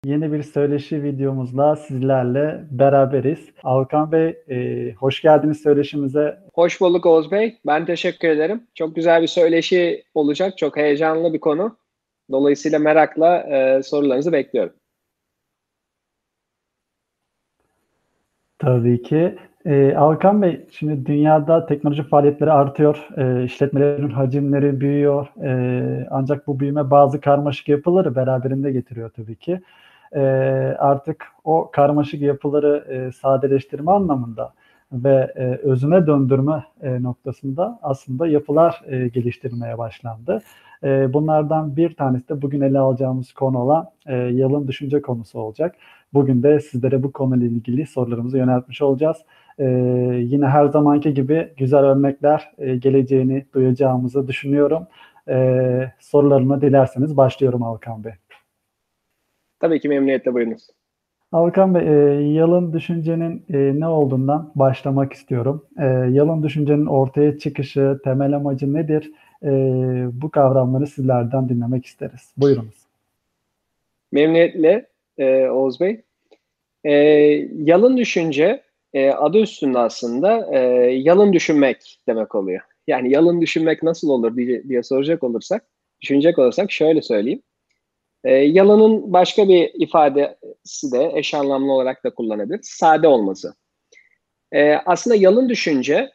Yeni bir söyleşi videomuzla sizlerle beraberiz. Alkan Bey, hoş geldiniz söyleşimize. Hoş bulduk Oğuz Bey. Ben teşekkür ederim. Çok güzel bir söyleşi olacak. Çok heyecanlı bir konu. Dolayısıyla merakla sorularınızı bekliyorum. Tabii ki. Alkan Bey, şimdi dünyada teknoloji faaliyetleri artıyor, işletmelerin hacimleri büyüyor. Ancak bu büyüme bazı karmaşık yapıları beraberinde getiriyor tabii ki. Artık o karmaşık yapıları sadeleştirme anlamında ve özüne döndürme noktasında aslında yapılar geliştirmeye başlandı. Bunlardan bir tanesi de bugün ele alacağımız konu olan yalın düşünce konusu olacak. Bugün de sizlere bu konuyla ilgili sorularımızı yöneltmiş olacağız. Ee, Yine her zamanki gibi güzel örnekler geleceğini duyacağımızı düşünüyorum. Sorularımı dilerseniz başlıyorum Alkan Bey. Tabii ki memnuniyetle buyurunuz. Alkan Bey, yalın düşüncenin ne olduğundan başlamak istiyorum. Yalın düşüncenin ortaya çıkışı, temel amacı nedir? E, Bu kavramları sizlerden dinlemek isteriz. Buyurunuz. Memnuniyetle Oğuz Bey. E, Yalın düşünce adı üstünde aslında yalın düşünmek demek oluyor. Yani yalın düşünmek nasıl olur diye soracak olursak, düşünecek olursak şöyle söyleyeyim. Yalanın başka bir ifadesi de eş anlamlı olarak da kullanabilir. Sade olması. Aslında yalın düşünce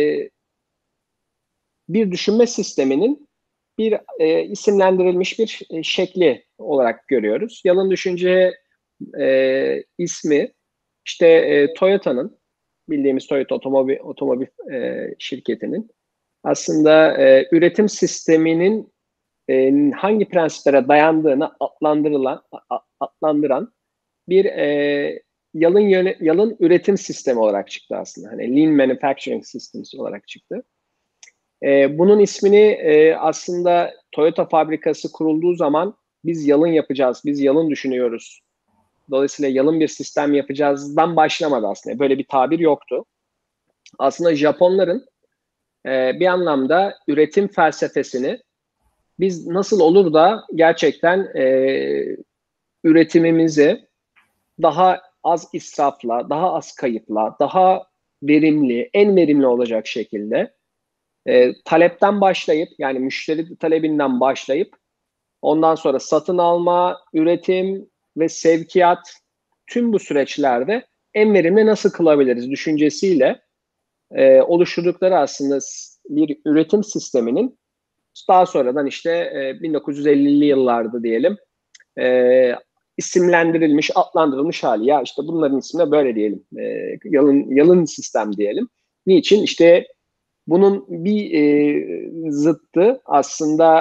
bir düşünme sisteminin bir isimlendirilmiş bir şekli olarak görüyoruz. Yalın düşünce ismi işte Toyota'nın bildiğimiz Toyota otomobil şirketinin aslında üretim sisteminin hangi prensiplere dayandığını adlandıran bir yalın üretim sistemi olarak çıktı aslında. Hani Lean Manufacturing Systems olarak çıktı. Bunun ismini aslında Toyota fabrikası kurulduğu zaman biz yalın yapacağız, biz yalın düşünüyoruz. Dolayısıyla yalın bir sistem yapacağızdan başlamadı aslında. Böyle bir tabir yoktu. Aslında Japonların bir anlamda üretim felsefesini biz nasıl olur da gerçekten üretimimizi daha az israfla, daha az kayıpla, daha verimli, en verimli olacak şekilde talepten başlayıp yani müşteri talebinden başlayıp ondan sonra satın alma, üretim ve sevkiyat tüm bu süreçlerde en verimli nasıl kılabiliriz düşüncesiyle oluşturdukları aslında bir üretim sisteminin daha sonradan işte 1950'li yıllarda diyelim e, isimlendirilmiş, adlandırılmış hali. Ya işte bunların ismine böyle diyelim. Yalın sistem diyelim. Niçin? İşte bunun bir zıttı aslında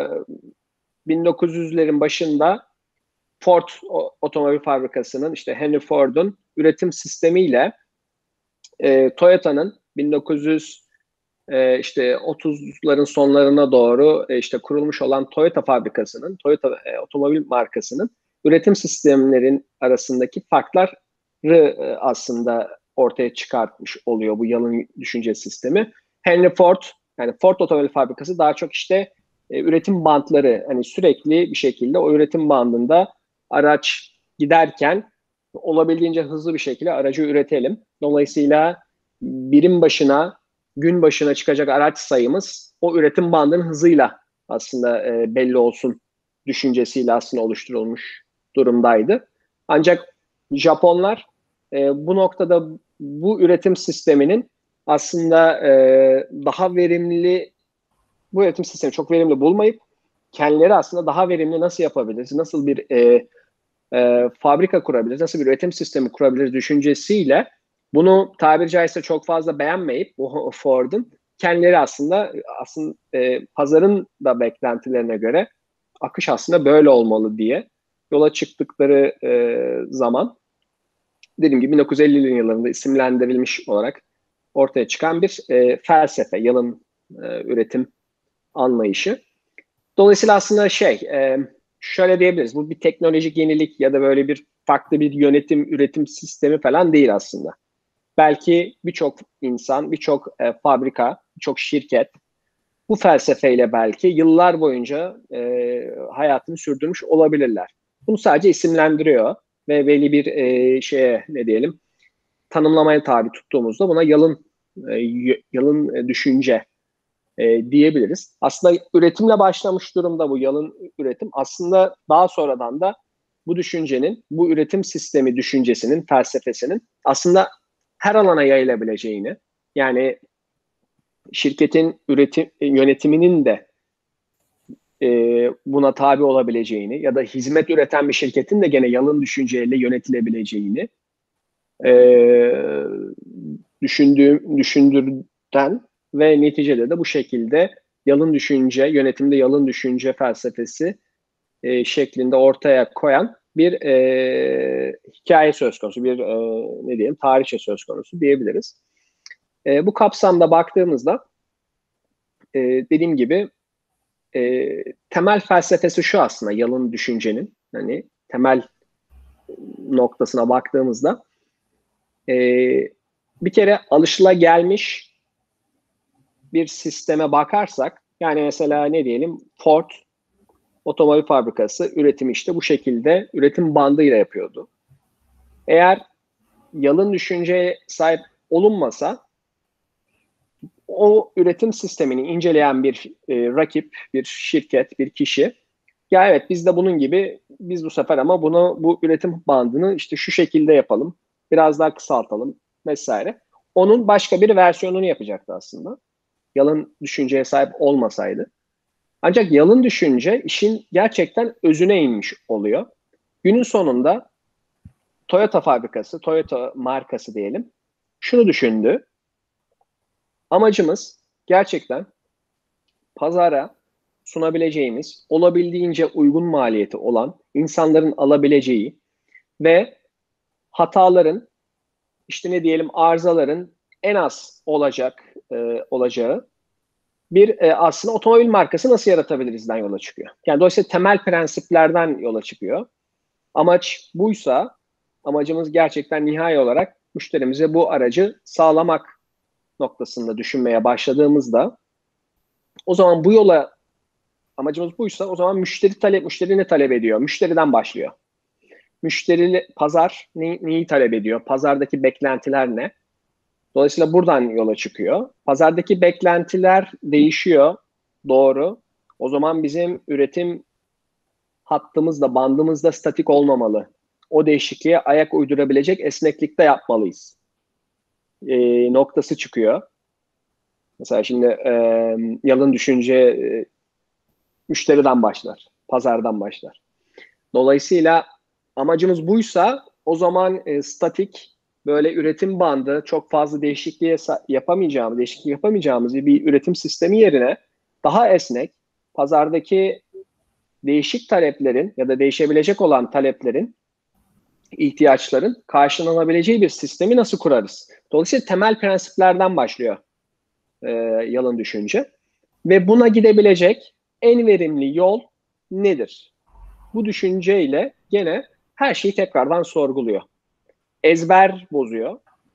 1900'lerin başında Ford otomobil fabrikasının işte Henry Ford'un üretim sistemiyle Toyota'nın 1900 işte 30'ların sonlarına doğru işte kurulmuş olan Toyota fabrikasının, Toyota otomobil markasının üretim sistemlerin arasındaki farkları aslında ortaya çıkartmış oluyor bu yalın düşünce sistemi. Henry Ford, yani Ford otomobil fabrikası daha çok işte üretim bantları, hani sürekli bir şekilde o üretim bandında araç giderken olabildiğince hızlı bir şekilde aracı üretelim. Dolayısıyla birim başına, gün başına çıkacak araç sayımız o üretim bandının hızıyla aslında belli olsun düşüncesiyle aslında oluşturulmuş durumdaydı. Ancak Japonlar bu noktada bu üretim sisteminin aslında daha verimli, bu üretim sistemi çok verimli bulmayıp kendileri aslında daha verimli nasıl yapabiliriz, nasıl bir fabrika kurabiliriz, nasıl bir üretim sistemi kurabiliriz düşüncesiyle bunu tabiri caizse çok fazla beğenmeyip bu Ford'un kendileri aslında pazarın da beklentilerine göre akış aslında böyle olmalı diye yola çıktıkları zaman dediğim gibi 1950'li yıllarında isimlendirilmiş olarak ortaya çıkan bir felsefe, yalın üretim anlayışı. Dolayısıyla aslında şöyle diyebiliriz. Bu bir teknolojik yenilik ya da böyle bir farklı bir yönetim, üretim sistemi falan değil aslında. Belki birçok insan, birçok fabrika, birçok şirket bu felsefeyle belki yıllar boyunca hayatını sürdürmüş olabilirler. Bunu sadece isimlendiriyor ve belli bir şeye ne diyelim tanımlamaya tabi tuttuğumuzda buna yalın düşünce diyebiliriz. Aslında üretimle başlamış durumda bu yalın üretim. Aslında daha sonradan da bu düşüncenin, bu üretim sistemi düşüncesinin, felsefesinin aslında her alana yayılabileceğini, yani şirketin yönetiminin de buna tabi olabileceğini ya da hizmet üreten bir şirketin de gene yalın düşünceyle yönetilebileceğini düşündürden ve neticede de bu şekilde yalın düşünce, yönetimde yalın düşünce felsefesi şeklinde ortaya koyan bir hikaye söz konusu, bir ne diyelim tarihçe söz konusu diyebiliriz. Bu kapsamda baktığımızda dediğim gibi temel felsefesi şu aslında yalın düşüncenin hani temel noktasına baktığımızda bir kere alışılagelmiş bir sisteme bakarsak yani mesela ne diyelim Ford otomobil fabrikası üretimi işte bu şekilde üretim bandıyla yapıyordu. Eğer yalın düşünceye sahip olunmasa o üretim sistemini inceleyen bir rakip, bir şirket, bir kişi ya evet biz de bunun gibi biz bu sefer ama bu üretim bandını işte şu şekilde yapalım, biraz daha kısaltalım vesaire. Onun başka bir versiyonunu yapacaktı aslında. Yalın düşünceye sahip olmasaydı. Ancak yalın düşünce işin gerçekten özüne inmiş oluyor. Günün sonunda Toyota fabrikası, Toyota markası diyelim, şunu düşündü. Amacımız gerçekten pazara sunabileceğimiz, olabildiğince uygun maliyeti olan, insanların alabileceği ve hataların, işte ne diyelim arızaların en az olacağı bir aslında otomobil markası nasıl yaratabilirizden yola çıkıyor. Yani dolayısıyla temel prensiplerden yola çıkıyor. Amaç buysa, amacımız gerçekten nihai olarak müşterimize bu aracı sağlamak noktasında düşünmeye başladığımızda o zaman bu yola amacımız buysa o zaman müşteri ne talep ediyor? Müşteriden başlıyor. Pazar neyi talep ediyor? Pazardaki beklentiler ne? Dolayısıyla buradan yola çıkıyor. Pazardaki beklentiler değişiyor. Doğru. O zaman bizim üretim hattımızda, bandımızda statik olmamalı. O değişikliğe ayak uydurabilecek esneklikte yapmalıyız. Noktası çıkıyor. Mesela şimdi yalın düşünce müşteriden başlar, pazardan başlar. Dolayısıyla amacımız buysa o zaman statik böyle üretim bandı çok fazla değişiklik yapamayacağımız bir üretim sistemi yerine daha esnek, pazardaki değişik taleplerin ya da değişebilecek olan taleplerin, ihtiyaçların karşılanabileceği bir sistemi nasıl kurarız? Dolayısıyla temel prensiplerden başlıyor yalın düşünce. Ve buna gidebilecek en verimli yol nedir? Bu düşünceyle gene her şeyi tekrardan sorguluyor. Ezber bozuyor.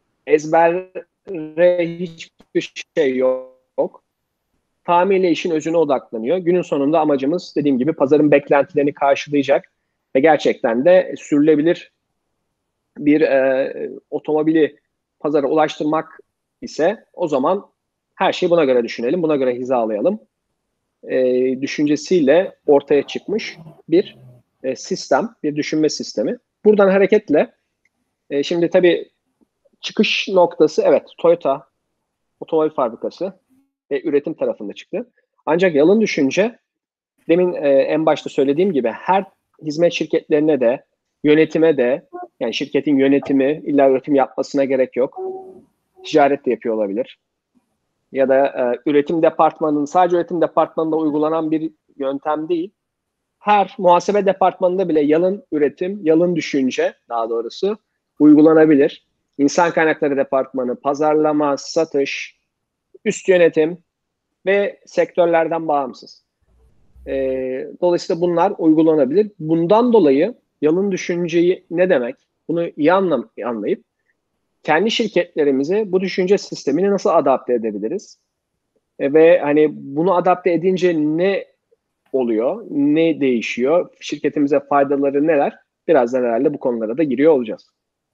Ezbere hiçbir şey yok. Tamamıyla işin özüne odaklanıyor. Günün sonunda amacımız dediğim gibi pazarın beklentilerini karşılayacak ve gerçekten de sürülebilir bir otomobili pazara ulaştırmak ise o zaman her şeyi buna göre düşünelim, buna göre hizalayalım düşüncesiyle ortaya çıkmış bir sistem, bir düşünme sistemi. Buradan hareketle şimdi tabii çıkış noktası evet Toyota otomobil fabrikası ve üretim tarafında çıktı. Ancak yalın düşünce demin en başta söylediğim gibi her hizmet şirketlerine de yönetime de yani şirketin yönetimi illa üretim yapmasına gerek yok. Ticaret de yapıyor olabilir. Ya da üretim departmanının sadece üretim departmanında uygulanan bir yöntem değil. Her muhasebe departmanında bile yalın üretim, yalın düşünce daha doğrusu uygulanabilir. İnsan kaynakları departmanı, pazarlama, satış, üst yönetim ve sektörlerden bağımsız. Dolayısıyla bunlar uygulanabilir. Bundan dolayı yalın düşünceyi ne demek? Bunu iyi anlayıp kendi şirketlerimize bu düşünce sistemini nasıl adapte edebiliriz? Ve hani bunu adapte edince ne oluyor? Ne değişiyor? Şirketimize faydaları neler? Birazdan herhalde bu konulara da giriyor olacağız.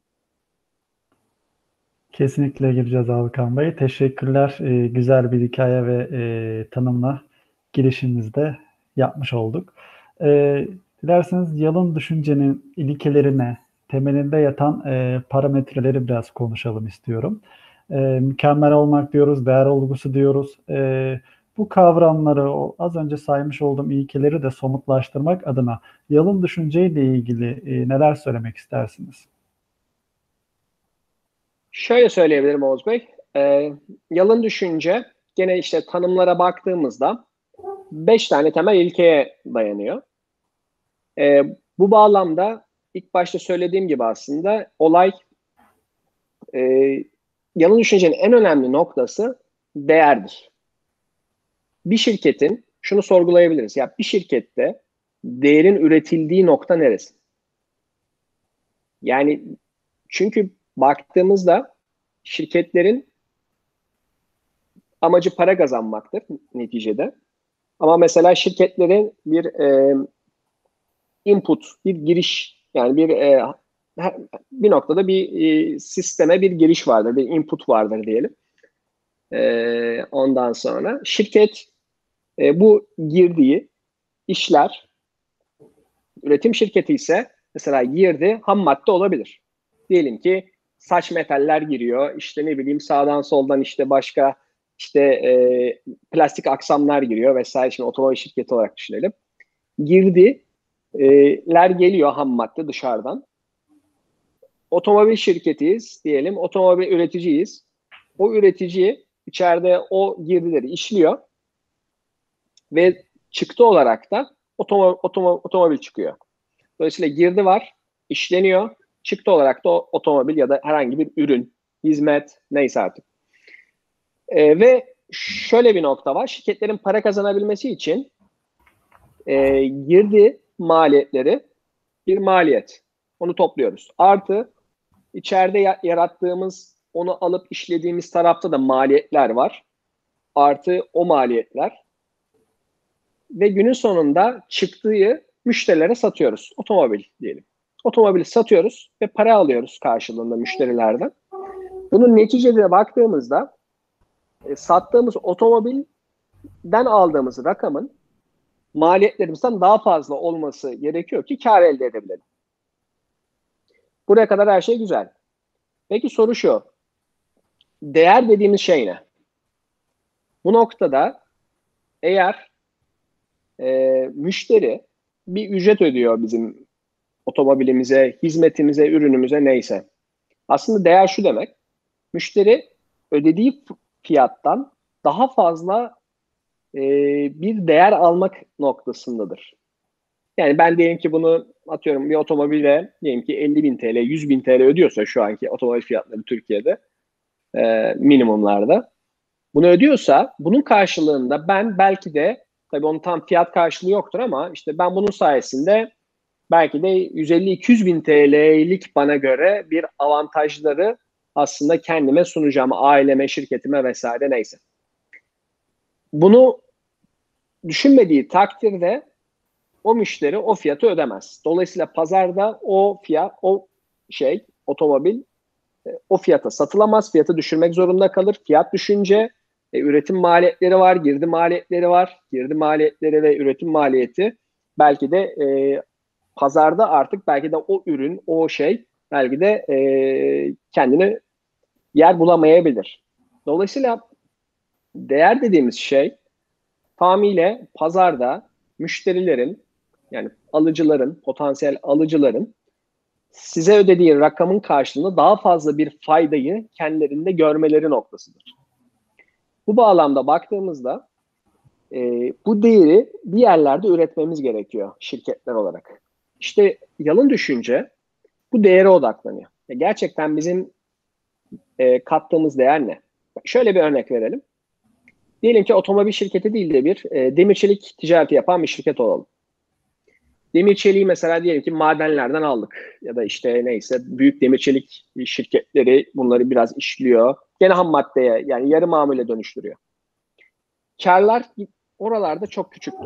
Kesinlikle gireceğiz Alkan Bey. Teşekkürler. Güzel bir hikaye ve tanımla girişimizde yapmış olduk. Dilerseniz yalın düşüncenin ilkelerine, temelinde yatan parametreleri biraz konuşalım istiyorum. Mükemmel olmak diyoruz, değer olgusu diyoruz. Bu kavramları, o az önce saymış olduğum ilkeleri de somutlaştırmak adına yalın düşünceyle ilgili neler söylemek istersiniz? Şöyle söyleyebilirim Oğuz Bey. Yalın düşünce gene işte tanımlara baktığımızda 5 tane temel ilkeye dayanıyor. Bu bağlamda ilk başta söylediğim gibi aslında olay e, yalın düşüncenin en önemli noktası değerdir. Bir şirketin şunu sorgulayabiliriz. Ya bir şirkette değerin üretildiği nokta neresi? Yani çünkü baktığımızda şirketlerin amacı para kazanmaktır neticede. Ama mesela şirketlerin bir input, bir giriş yani bir noktada bir sisteme bir giriş vardır, bir input vardır diyelim. Ondan sonra şirket bu girdiği işler, üretim şirketi ise mesela girdi ham madde olabilir. Diyelim ki saç metaller giriyor, işte ne bileyim sağdan soldan işte başka işte plastik aksamlar giriyor vesaire. Şimdi otomobil şirketi olarak düşünelim. Girdiler geliyor ham madde dışarıdan. Otomobil şirketiyiz diyelim, otomobil üreticiyiz. O üretici içeride o girdileri işliyor ve çıktı olarak da otomobil çıkıyor. Dolayısıyla girdi var, işleniyor. Çıktı olarak da otomobil ya da herhangi bir ürün, hizmet neyse artık. Ve şöyle bir nokta var. Şirketlerin para kazanabilmesi için girdi maliyetleri bir maliyet. Onu topluyoruz. Artı içeride yarattığımız, onu alıp işlediğimiz tarafta da maliyetler var. Artı o maliyetler. Ve günün sonunda çıktığı müşterilere satıyoruz. Otomobil diyelim. Otomobili satıyoruz ve para alıyoruz karşılığında müşterilerden. Bunun neticede baktığımızda sattığımız otomobilden aldığımız rakamın maliyetlerimizden daha fazla olması gerekiyor ki kar elde edebilelim. Buraya kadar her şey güzel. Peki soru şu. Değer dediğimiz şey ne? Bu noktada eğer müşteri bir ücret ödüyor bizim otomobilimize, hizmetimize, ürünümüze neyse. Aslında değer şu demek. Müşteri ödediği fiyattan daha fazla bir değer almak noktasındadır. Yani ben diyelim ki bunu atıyorum bir otomobile diyelim ki 50 bin TL, 100 bin TL ödüyorsa şu anki otomobil fiyatları Türkiye'de minimumlarda. Bunu ödüyorsa bunun karşılığında ben belki de tabii onun tam fiyat karşılığı yoktur ama işte ben bunun sayesinde belki de 150-200 bin TL'lik bana göre bir avantajları aslında kendime sunacağım. Aileme, şirketime vesaire neyse. Bunu düşünmediği takdirde o müşteri o fiyatı ödemez. Dolayısıyla pazarda o fiyat, otomobil o fiyata satılamaz. Fiyatı düşürmek zorunda kalır. Fiyat düşünce üretim maliyetleri var, girdi maliyetleri var. Girdi maliyetleri ve üretim maliyeti belki de pazarda artık belki de o ürün, o şey belki de kendini yer bulamayabilir. Dolayısıyla değer dediğimiz şey tamamıyla pazarda müşterilerin yani alıcıların, potansiyel alıcıların size ödediği rakamın karşılığında daha fazla bir faydayı kendilerinde görmeleri noktasıdır. Bu bağlamda baktığımızda bu değeri bir yerlerde üretmemiz gerekiyor şirketler olarak. İşte yalın düşünce bu değere odaklanıyor. Gerçekten bizim kattığımız değer ne? Şöyle bir örnek verelim. Diyelim ki otomobil şirketi değil de bir demir çelik ticareti yapan bir şirket olalım. Demir çeliği mesela diyelim ki madenlerden aldık ya da işte neyse büyük demir çelik şirketleri bunları biraz işliyor. Gene ham maddeye yani yarı mamule dönüştürüyor. Karlar oralarda çok küçüktür.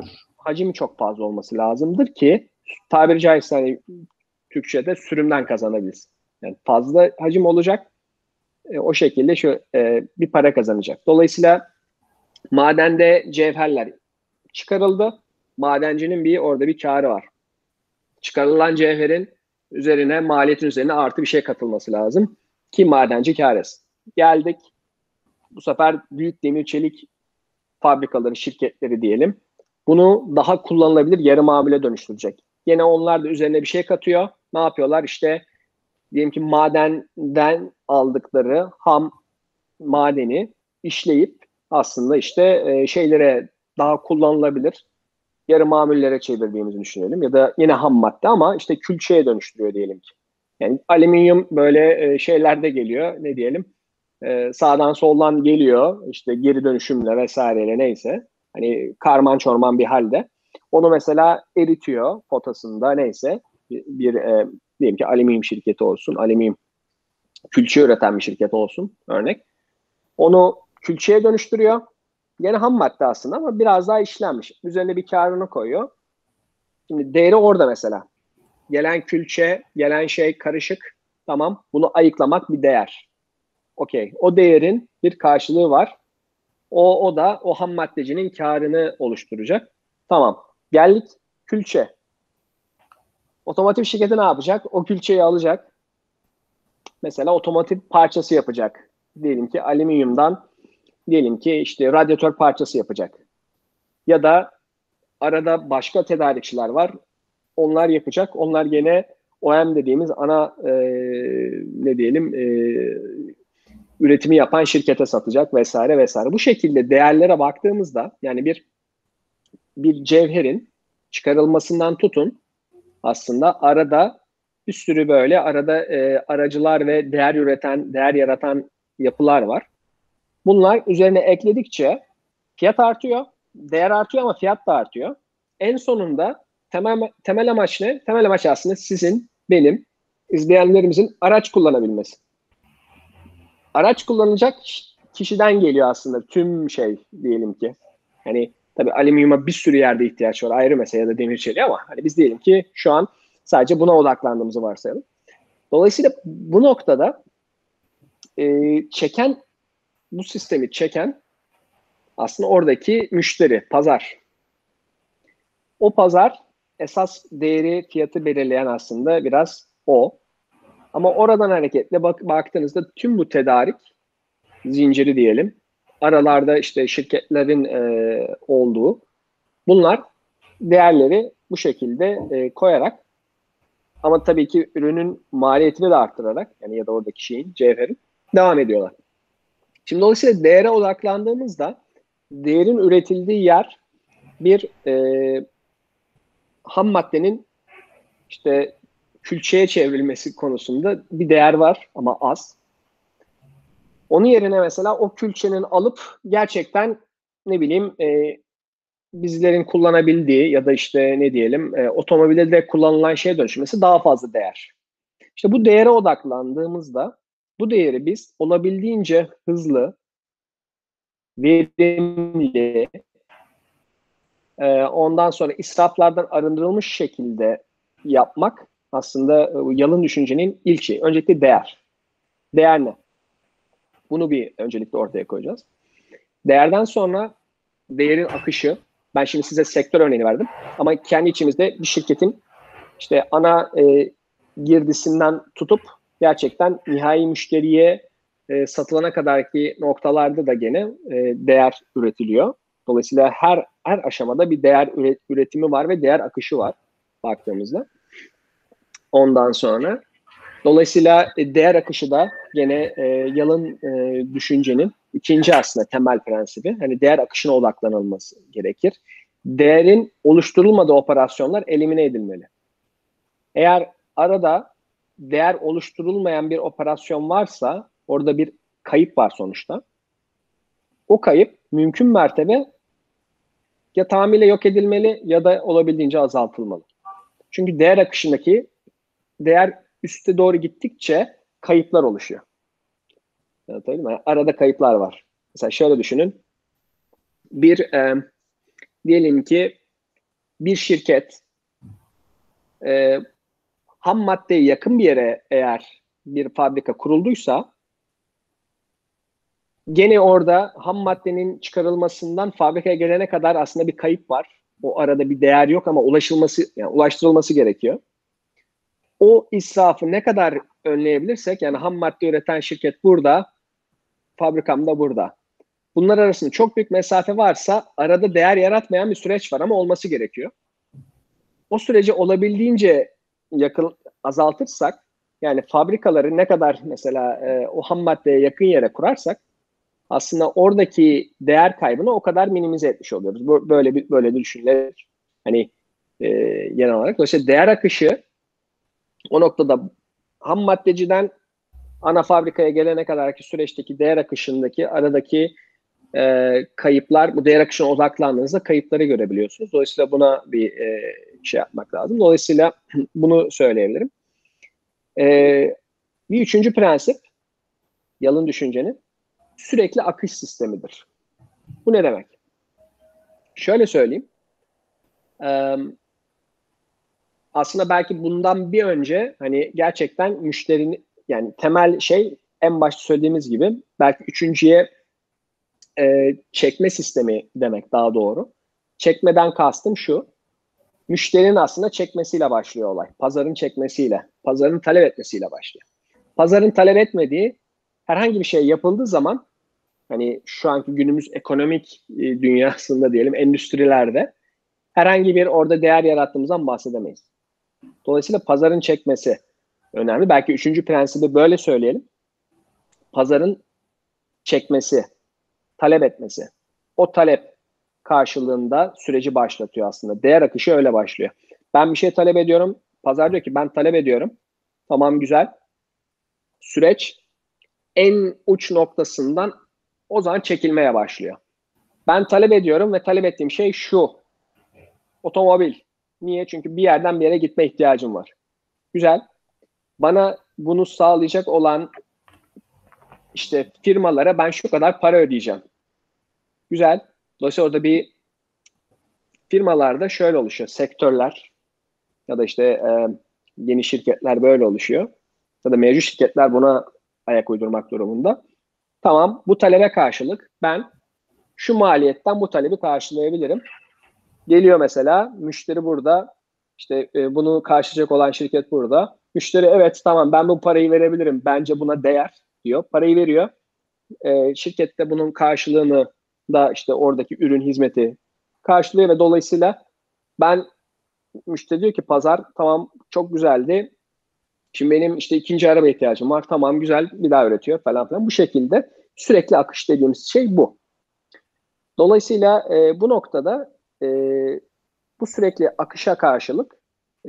hacim çok fazla olması lazımdır ki tabiri caizse hani Türkçe'de sürümden kazanabilsin. Yani fazla hacim olacak. O şekilde bir para kazanacak. Dolayısıyla madende cevherler çıkarıldı. Madencinin orada bir karı var. Çıkarılan cevherin üzerine, maliyetin üzerine artı bir şey katılması lazım ki madenci kâr etsin. Geldik. Bu sefer büyük demir çelik fabrikaları, şirketleri diyelim. Bunu daha kullanılabilir yarı mamule dönüştürecek. Yine onlar da üzerine bir şey katıyor. Ne yapıyorlar? İşte diyelim ki madenden aldıkları ham madeni işleyip aslında işte şeylere daha kullanılabilir yarı mamullere çevirdiğimizi düşünelim. Ya da yine ham madde ama işte külçeye dönüştürüyor diyelim ki. Yani alüminyum böyle şeylerde geliyor. Ne diyelim? Sağdan soldan geliyor. İşte geri dönüşümle vesaireyle neyse. Hani karman çorman bir halde. Onu mesela eritiyor potasında neyse. Diyelim ki alüminyum şirketi olsun. Alüminyum külçe üreten bir şirket olsun örnek. Onu külçeye dönüştürüyor. Yine ham madde aslında ama biraz daha işlenmiş. Üzerine bir karını koyuyor. Şimdi değeri orada mesela. Gelen külçe, gelen şey karışık. Tamam. Bunu ayıklamak bir değer. Okey. O değerin bir karşılığı var. O da o ham maddecinin karını oluşturacak. Tamam. Geldik külçe. Otomotiv şirketi ne yapacak? O külçeyi alacak. Mesela otomotiv parçası yapacak. Diyelim ki alüminyumdan diyelim ki işte radyatör parçası yapacak. Ya da arada başka tedarikçiler var. Onlar yapacak. Onlar gene OEM dediğimiz ana ne diyelim üretimi yapan şirkete satacak vesaire vesaire. Bu şekilde değerlere baktığımızda yani bir cevherin çıkarılmasından tutun aslında arada bir sürü böyle arada aracılar ve değer yaratan yapılar var. Bunlar üzerine ekledikçe fiyat artıyor, değer artıyor ama fiyat da artıyor. En sonunda temel amaç ne? Temel amaç aslında sizin, benim, izleyenlerimizin araç kullanabilmesi. Araç kullanacak kişiden geliyor aslında tüm şey diyelim ki. Hani tabii alüminyuma bir sürü yerde ihtiyaç var ayrı mesele ya da demir çeliği ama hani biz diyelim ki şu an sadece buna odaklandığımızı varsayalım. Dolayısıyla bu noktada bu sistemi çeken aslında oradaki müşteri, pazar. O pazar esas değeri, fiyatı belirleyen aslında biraz o. Ama oradan hareketle baktığınızda tüm bu tedarik zinciri diyelim, aralarda işte şirketlerin olduğu, bunlar değerleri bu şekilde koyarak ama tabii ki ürünün maliyetini de arttırarak yani ya da oradaki şeyin, cevherin devam ediyorlar. Şimdi dolayısıyla değere odaklandığımızda değerin üretildiği yer bir ham maddenin işte külçeye çevrilmesi konusunda bir değer var ama az. Onun yerine mesela o külçenin alıp gerçekten ne bileyim bizlerin kullanabildiği ya da işte ne diyelim otomobilde de kullanılan şeye dönüşmesi daha fazla değer. İşte bu değere odaklandığımızda bu değeri biz olabildiğince hızlı, verimli, ondan sonra israflardan arındırılmış şekilde yapmak aslında yalın düşüncenin ilki. Öncelikle değer. Değer ne? Bunu bir öncelikle ortaya koyacağız. Değerden sonra değerin akışı. Ben şimdi size sektör örneğini verdim. Ama kendi içimizde bir şirketin işte ana girdisinden tutup gerçekten nihai müşteriye satılana kadarki noktalarda da gene değer üretiliyor. Dolayısıyla her aşamada bir değer üretimi var ve değer akışı var baktığımızda. Ondan sonra dolayısıyla değer akışı da gene yalın düşüncenin ikinci aslında temel prensibi. Hani değer akışına odaklanılması gerekir. Değerin oluşturulmadığı operasyonlar elimine edilmeli. Eğer arada değer oluşturulmayan bir operasyon varsa orada bir kayıp var sonuçta. O kayıp mümkün mertebe ya tamamıyla yok edilmeli ya da olabildiğince azaltılmalı. Çünkü değer akışındaki değer üste doğru gittikçe kayıplar oluşuyor. Anlatabildim mi? Arada kayıplar var. Mesela şöyle düşünün. Diyelim ki bir şirket ham maddeye yakın bir yere eğer bir fabrika kurulduysa gene orada ham maddenin çıkarılmasından fabrikaya gelene kadar aslında bir kayıp var. O arada bir değer yok ama ulaştırılması gerekiyor. O israfı ne kadar önleyebilirsek, yani ham madde üreten şirket burada, fabrikam da burada. Bunlar arasında çok büyük mesafe varsa arada değer yaratmayan bir süreç var ama olması gerekiyor. O süreci olabildiğince azaltırsak, yani fabrikaları ne kadar mesela o ham maddeye yakın yere kurarsak aslında oradaki değer kaybını o kadar minimize etmiş oluyoruz. Böyle düşünülebilir. Hani genel olarak. Dolayısıyla değer akışı o noktada ham maddeciden ana fabrikaya gelene kadarki süreçteki değer akışındaki aradaki kayıplar, bu değer akışına odaklandığınızda kayıpları görebiliyorsunuz. Dolayısıyla buna bir şey yapmak lazım. Dolayısıyla bunu söyleyebilirim. Bir üçüncü prensip, yalın düşüncenin sürekli akış sistemidir. Bu ne demek? Şöyle söyleyeyim. Aslında belki bundan bir önce hani gerçekten müşterinin, yani temel şey en başta söylediğimiz gibi belki üçüncüye çekme sistemi demek daha doğru. Çekmeden kastım şu. Müşterinin aslında çekmesiyle başlıyor olay. Pazarın çekmesiyle, pazarın talep etmesiyle başlıyor. Pazarın talep etmediği herhangi bir şey yapıldığı zaman, hani şu anki günümüz ekonomik dünyasında diyelim, endüstrilerde herhangi bir orada değer yarattığımızdan bahsedemeyiz. Dolayısıyla pazarın çekmesi önemli. Belki üçüncü prensibi böyle söyleyelim. Pazarın çekmesi, talep etmesi. O talep karşılığında süreci başlatıyor aslında. Değer akışı öyle başlıyor. Ben bir şey talep ediyorum. Pazar diyor ki ben talep ediyorum. Tamam, güzel. Süreç en uç noktasından o zaman çekilmeye başlıyor. Ben talep ediyorum ve talep ettiğim şey şu. Otomobil. Niye? Çünkü bir yerden bir yere gitme ihtiyacım var. Güzel. Bana bunu sağlayacak olan işte firmalara ben şu kadar para ödeyeceğim. Güzel. Dolayısıyla orada bir firmalarda şöyle oluşuyor. Sektörler ya da işte yeni şirketler böyle oluşuyor. Ya da mevcut şirketler buna ayak uydurmak durumunda. Tamam, bu talebe karşılık ben şu maliyetten bu talebi karşılayabilirim. Geliyor mesela, müşteri burada, işte bunu karşılayacak olan şirket burada. Müşteri evet tamam ben bu parayı verebilirim, bence buna değer diyor. Parayı veriyor. Şirket de bunun karşılığını da işte oradaki ürün hizmeti karşılıyor ve dolayısıyla müşteri diyor ki pazar tamam çok güzeldi. Şimdi benim işte ikinci araba ihtiyacım var. Tamam güzel, bir daha üretiyor falan filan. Bu şekilde sürekli akış dediğimiz şey bu. Dolayısıyla bu noktada bu sürekli akışa karşılık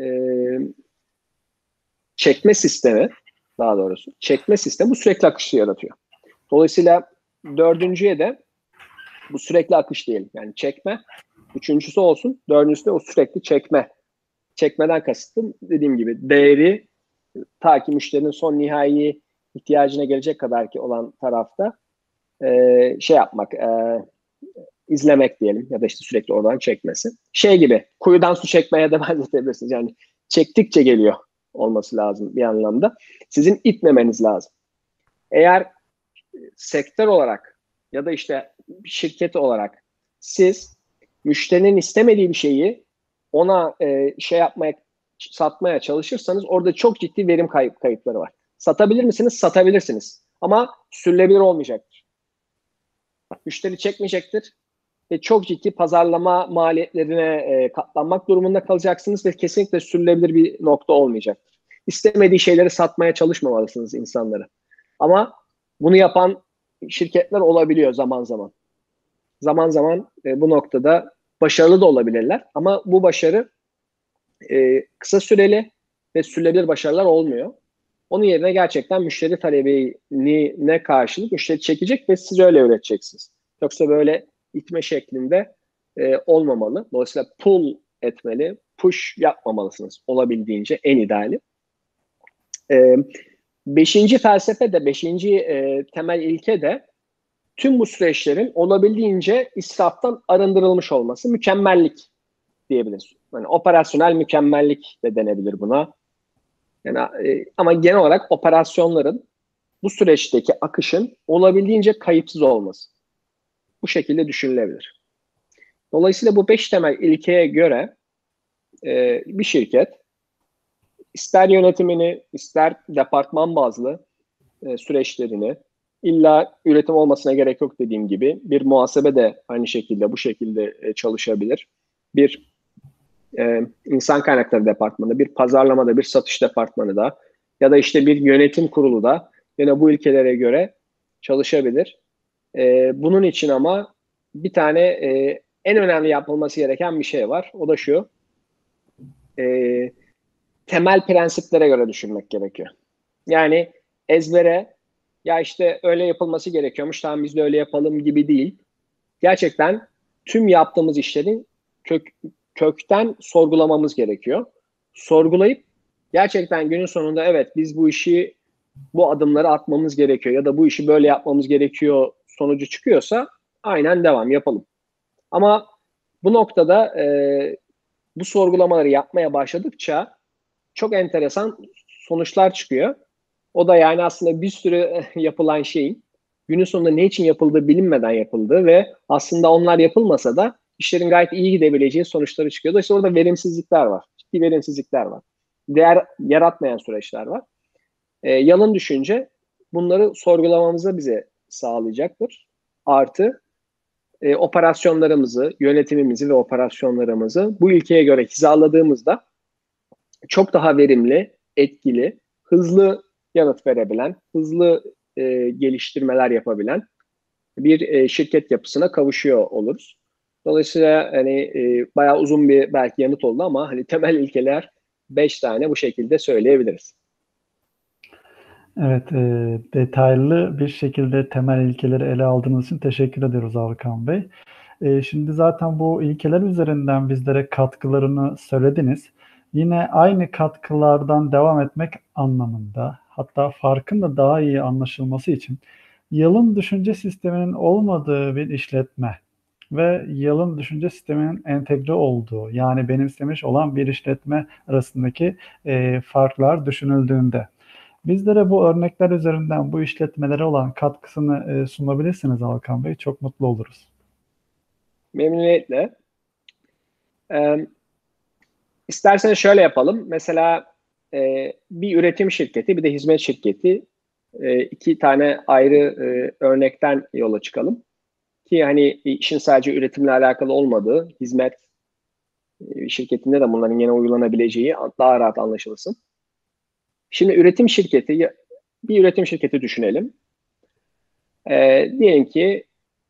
çekme sistemi, daha doğrusu çekme sistemi bu sürekli akışı yaratıyor. Dolayısıyla dördüncüye de bu sürekli akış diyelim. Yani çekme. Üçüncüsü olsun. Dördüncüsü de o sürekli çekme. Çekmeden kasıtım dediğim gibi değeri ta ki müşterinin son nihai ihtiyacına gelecek kadar ki olan tarafta şey yapmak, izlemek diyelim ya da işte sürekli oradan çekmesi. Şey gibi, kuyudan su çekmeye de benzetebilirsiniz. Yani çektikçe geliyor olması lazım bir anlamda. Sizin itmemeniz lazım. Eğer sektör olarak ya da işte şirket olarak siz müşterinin istemediği bir şeyi ona satmaya çalışırsanız orada çok ciddi verim kayıpları var. Satabilir misiniz? Satabilirsiniz. Ama sürülebilir olmayacaktır. Müşteri çekmeyecektir ve çok ciddi pazarlama maliyetlerine katlanmak durumunda kalacaksınız ve kesinlikle sürülebilir bir nokta olmayacaktır. İstemediği şeyleri satmaya çalışmamalısınız insanlara. Ama bunu yapan şirketler olabiliyor zaman zaman. Zaman zaman bu noktada başarılı da olabilirler. Ama bu başarı kısa süreli ve sürülebilir başarılar olmuyor. Onun yerine gerçekten müşteri talebine karşılık müşteri çekecek ve siz öyle üreteceksiniz. Yoksa böyle itme şeklinde olmamalı. Dolayısıyla pull etmeli, push yapmamalısınız olabildiğince, en ideali. Beşinci felsefe de, beşinci temel ilke de tüm bu süreçlerin olabildiğince israftan arındırılmış olması, mükemmellik diyebiliriz. Yani operasyonel mükemmellik de denebilir buna. Yani, ama genel olarak operasyonların bu süreçteki akışın olabildiğince kayıpsız olması. Bu şekilde düşünülebilir. Dolayısıyla bu 5 temel ilkeye göre bir şirket ister yönetimini, ister departman bazlı süreçlerini, illa üretim olmasına gerek yok dediğim gibi, bir muhasebe de aynı şekilde bu şekilde çalışabilir. Bir insan kaynakları departmanı, bir pazarlamada, bir satış departmanı da ya da işte bir yönetim kurulu da yine bu ilkelere göre çalışabilir. Bunun için ama bir tane en önemli yapılması gereken bir şey var. O da şu. Temel prensiplere göre düşünmek gerekiyor. Yani ezbere ya işte öyle yapılması gerekiyormuş, tamam biz de öyle yapalım gibi değil. Gerçekten tüm yaptığımız işlerin kökten sorgulamamız gerekiyor. Sorgulayıp gerçekten günün sonunda evet biz bu adımları atmamız gerekiyor ya da bu işi böyle yapmamız gerekiyor sonucu çıkıyorsa aynen devam yapalım. Ama bu noktada bu sorgulamaları yapmaya başladıkça çok enteresan sonuçlar çıkıyor. O da yani aslında bir sürü yapılan şeyin günün sonunda ne için yapıldığı bilinmeden yapıldığı ve aslında onlar yapılmasa da işlerin gayet iyi gidebileceği sonuçları çıkıyor. Dolayısıyla orada verimsizlikler var. Ciddi verimsizlikler var. Değer yaratmayan süreçler var. Yalın düşünce bunları sorgulamamıza bize sağlayacaktır. Artı operasyonlarımızı, yönetimimizi ve operasyonlarımızı bu ilkeye göre hizaladığımızda çok daha verimli, etkili, hızlı yanıt verebilen, hızlı geliştirmeler yapabilen bir şirket yapısına kavuşuyor oluruz. Dolayısıyla hani bayağı uzun bir belki yanıt oldu ama hani temel ilkeler 5 tane bu şekilde söyleyebiliriz. Evet, detaylı bir şekilde temel ilkeleri ele aldığınız için teşekkür ediyoruz Hakan Bey. Şimdi zaten bu ilkeler üzerinden bizlere katkılarını söylediniz. Yine aynı katkılardan devam etmek anlamında, hatta farkın da daha iyi anlaşılması için yalın düşünce sisteminin olmadığı bir işletme ve yalın düşünce sisteminin entegre olduğu, yani benimsemiş olan bir işletme arasındaki farklar düşünüldüğünde bizlere bu örnekler üzerinden bu işletmelere olan katkısını sunabilirsiniz Hakan Bey. Çok mutlu oluruz. Memnuniyetle. İsterseniz şöyle yapalım. Mesela bir üretim şirketi, bir de hizmet şirketi, iki tane ayrı örnekten yola çıkalım. Ki hani işin sadece üretimle alakalı olmadığı, hizmet şirketinde de bunların yine uygulanabileceği daha rahat anlaşılsın. Şimdi bir üretim şirketi düşünelim. Diyelim ki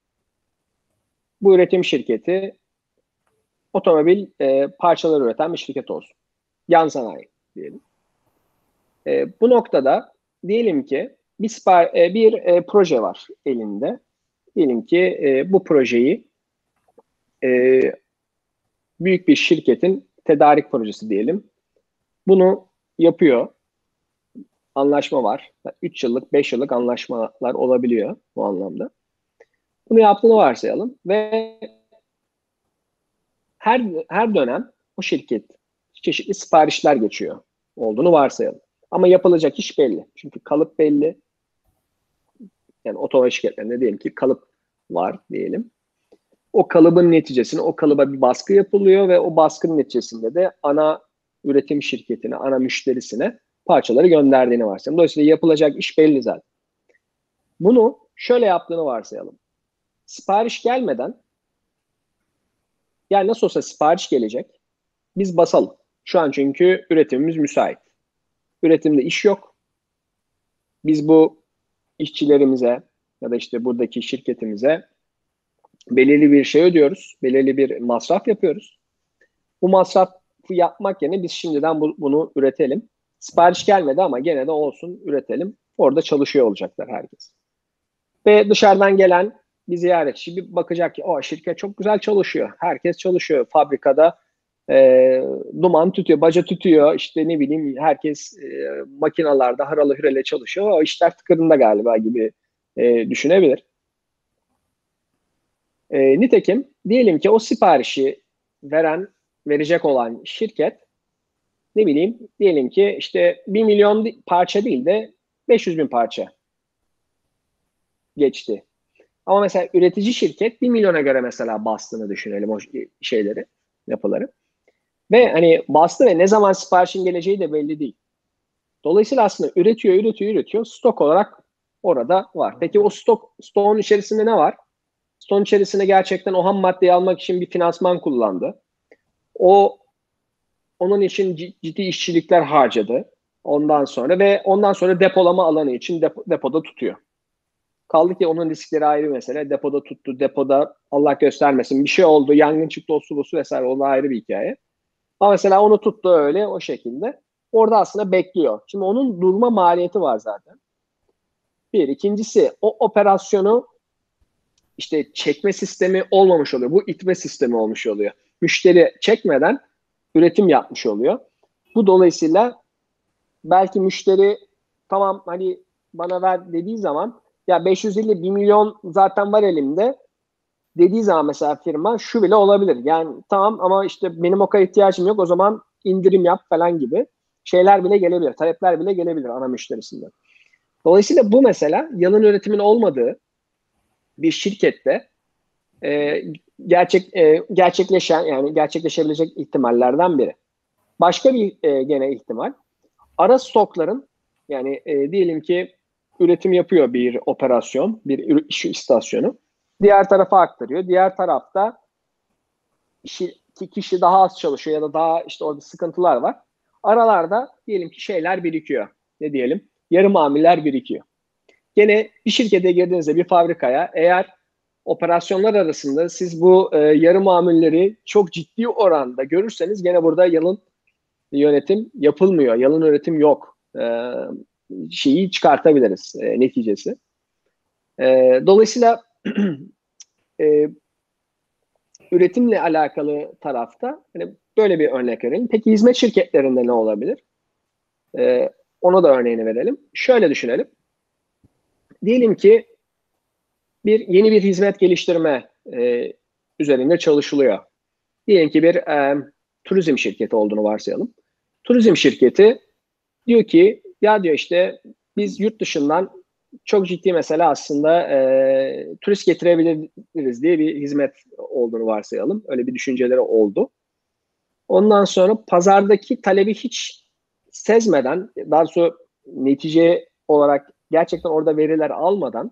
bu üretim şirketi otomobil parçaları üreten bir şirket olsun. Yan sanayi diyelim. Bu noktada diyelim ki bir proje var elinde. Diyelim ki bu projeyi e, büyük bir şirketin tedarik projesi diyelim. Bunu yapıyor. Anlaşma var. 3 yıllık, 5 yıllık anlaşmalar olabiliyor bu anlamda. Bunu yaptığını varsayalım ve her dönem o şirket çeşitli siparişler geçiyor olduğunu varsayalım. Ama yapılacak iş belli. Çünkü kalıp belli. Yani otomobil şirketlerinde diyelim ki kalıp var diyelim. O kalıbın neticesinde o kalıba bir baskı yapılıyor ve o baskının neticesinde de ana üretim şirketine, ana müşterisine parçaları gönderdiğini varsayalım. Dolayısıyla yapılacak iş belli zaten. Bunu şöyle yaptığını varsayalım. Sipariş gelmeden, yani nasıl olsa sipariş gelecek, biz basalım. Şu an çünkü üretimimiz müsait. Üretimde iş yok. Biz bu işçilerimize ya da işte buradaki şirketimize belirli bir şey ödüyoruz. Belirli bir masraf yapıyoruz. Bu masrafı yapmak yerine biz şimdiden bunu üretelim. Sipariş gelmedi ama gene de olsun üretelim. Orada çalışıyor olacaklar herkes. Ve dışarıdan gelen bir ziyaretçi bir bakacak ki o şirket çok güzel çalışıyor. Herkes çalışıyor. Fabrikada duman tütüyor, baca tütüyor. İşte ne bileyim herkes makinalarda haralı hürele çalışıyor. O işler tıkırında galiba gibi düşünebilir. Nitekim diyelim ki o siparişi veren verecek olan şirket, ne bileyim, diyelim ki işte 1 milyon parça değil de 500 bin parça geçti. Ama mesela üretici şirket 1 milyona göre mesela bastığını düşünelim o şeyleri, yapıları. Ve hani bastı ve ne zaman siparişin geleceği de belli değil. Dolayısıyla aslında üretiyor. Stok olarak orada var. Peki o stoğun içerisinde ne var? Stoğun içerisinde gerçekten o ham maddeyi almak için bir finansman kullandı. Onun için ciddi işçilikler harcadı. Ondan sonra depolama alanı için depoda tutuyor. Kaldı ki onun riskleri ayrı mesele. Depoda tuttu, depoda Allah göstermesin bir şey oldu, yangın çıktı, o su vesaire, o da ayrı bir hikaye. Ama mesela onu tuttu öyle, o şekilde. Orada aslında bekliyor. Şimdi onun durma maliyeti var zaten. Bir. İkincisi, o operasyonu işte çekme sistemi olmamış oluyor. Bu itme sistemi olmuş oluyor. Müşteri çekmeden üretim yapmış oluyor. Bu dolayısıyla belki müşteri tamam hani bana ver dediği zaman ya 550 1 milyon zaten var elimde dediği zaman mesela firma şu bile olabilir. Yani tamam ama işte benim o kadar ihtiyacım yok, o zaman indirim yap falan gibi şeyler bile gelebilir. Talepler bile gelebilir ana müşterisinden. Dolayısıyla bu mesela yalın üretimin olmadığı bir şirkette gerçekleşebilecek ihtimallerden biri. Başka bir gene ihtimal, ara stokların, yani diyelim ki üretim yapıyor bir operasyon, bir iş istasyonu. Diğer tarafa aktarıyor. Diğer tarafta kişi daha az çalışıyor ya da daha işte orada sıkıntılar var. Aralarda diyelim ki şeyler birikiyor. Ne diyelim? Yarı mamuller birikiyor. Gene bir şirkete girdiğinizde, bir fabrikaya, eğer operasyonlar arasında siz bu yarı mamulleri çok ciddi oranda görürseniz gene burada yalın yönetim yapılmıyor. Yalın üretim yok. Şeyi çıkartabiliriz neticesi. Dolayısıyla üretimle alakalı tarafta hani böyle bir örnek verelim. Peki hizmet şirketlerinde ne olabilir? Ona da örneğini verelim. Şöyle düşünelim. Diyelim ki yeni bir hizmet geliştirme üzerinde çalışılıyor. Diyelim ki bir turizm şirketi olduğunu varsayalım. Turizm şirketi diyor ki ya diyor işte biz yurt dışından çok ciddi mesela aslında turist getirebiliriz diye bir hizmet olduğunu varsayalım. Öyle bir düşünceleri oldu. Ondan sonra pazardaki talebi hiç sezmeden, daha sonra netice olarak gerçekten orada veriler almadan